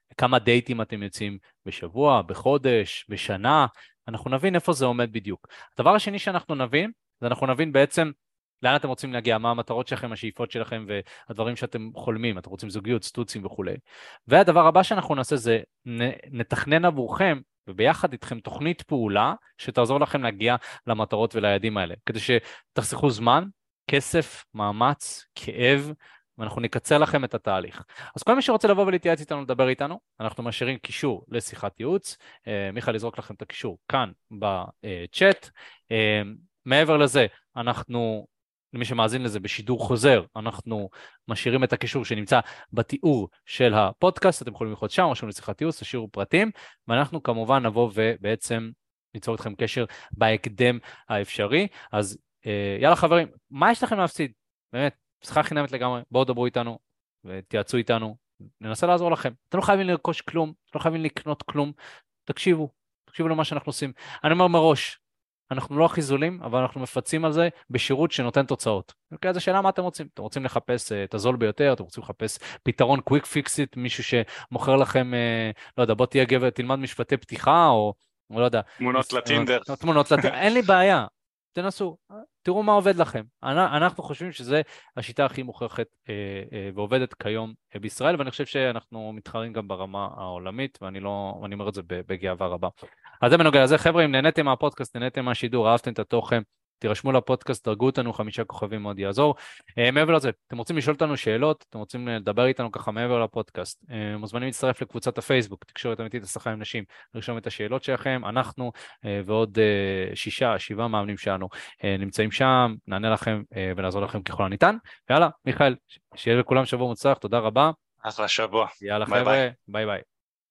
כמה דייטים אתם יוצאים בשבוע, בחודש, בשנה, אנחנו נבין איפה זה עומד בדיוק. הדבר השני שאנחנו נבין, זה אנחנו נבין בעצם לאן אתם רוצים להגיע, מה המטרות שלכם, השאיפות שלכם והדברים שאתם חולמים, אתם רוצים זוגיות, סטוצים וכולי. והדבר הבא שאנחנו נעשה זה נתכנן עבורכם, וביחד איתכם תוכנית פעולה שתעזור לכם להגיע למטרות וליעדים האלה, כדי שתחסכו זמן, כסף, מאמץ, כאב, ואנחנו נקצר לכם את התהליך. אז כל מי שרוצה לבוא ולהתייעץ איתנו, לדבר איתנו, אנחנו משאירים קישור לשיחת ייעוץ, מיכאל יזרוק לכם את הקישור כאן בצ'אט. מעבר לזה, אנחנו, למי שמאזין לזה בשידור חוזר, אנחנו משאירים את הקישור שנמצא בתיאור של הפודקאסט, אתם יכולים ללחוץ שם, משהו לשיחת ייעוץ, תשאירו פרטים, ואנחנו כמובן נבוא ובעצם ניצור אתכם קשר בהקדם האפשרי. אז יאללה חברים, מה יש לכם להפסיד? באמת, שיחה חינמית לגמרי, בואו דברו איתנו ותייעצו איתנו, ננסה לעזור לכם. אתם לא חייבים לרכוש כלום, אתם לא חייבים לקנות כלום, תקשיבו למה שאנחנו עושים. אני אומר מראש, אנחנו לא הכי זולים, אבל אנחנו מפצים על זה בשירות שנותן תוצאות. אוקיי, אז השאלה מה אתם רוצים? אתם רוצים לחפש את הזול ביותר, אתם רוצים לחפש פתרון קוויק פיקסיט, מישהו שמוכר לכם, לא יודע, בוא תהיה גבר, תלמד משפטי פתיחה, או לא יודע. תמונות לטינדר. תמונות לטינדר, אין לי בעיה. תנסו, תראו מה עובד לכם. אנחנו חושבים שזה השיטה הכי מוכחת ועובדת כיום בישראל, ואני חושב שאנחנו מתחרים גם ברמה העולמית, ואני אומר את זה בגאווה רבה. אז זה בנוגע לזה, חבר'ה, אם נהניתם מהפודקאסט, נהניתם מהשידור, אהבתם את התוכן, תירשמו לפודקאסט, דרגו אותנו, 5 כוכבים מאוד יעזור. מעבר לזה, אתם רוצים לשאול אותנו שאלות, אתם רוצים לדבר איתנו ככה מעבר לפודקאסט, מוזמנים להצטרף לקבוצת הפייסבוק, תקשורת אמיתית לשחק עם נשים, לרשום את השאלות שלכם, אנחנו ועוד 6-7 מאמנים שלנו נמצאים שם, נענה לכם ונעזור לכם ככל הניתן. ויאללה, מיכאל, שיהיה לכולם שבוע מוצלח, תודה רבה. אחלה שבוע. יאללה ביי חבר'ה, ביי. ביי ביי.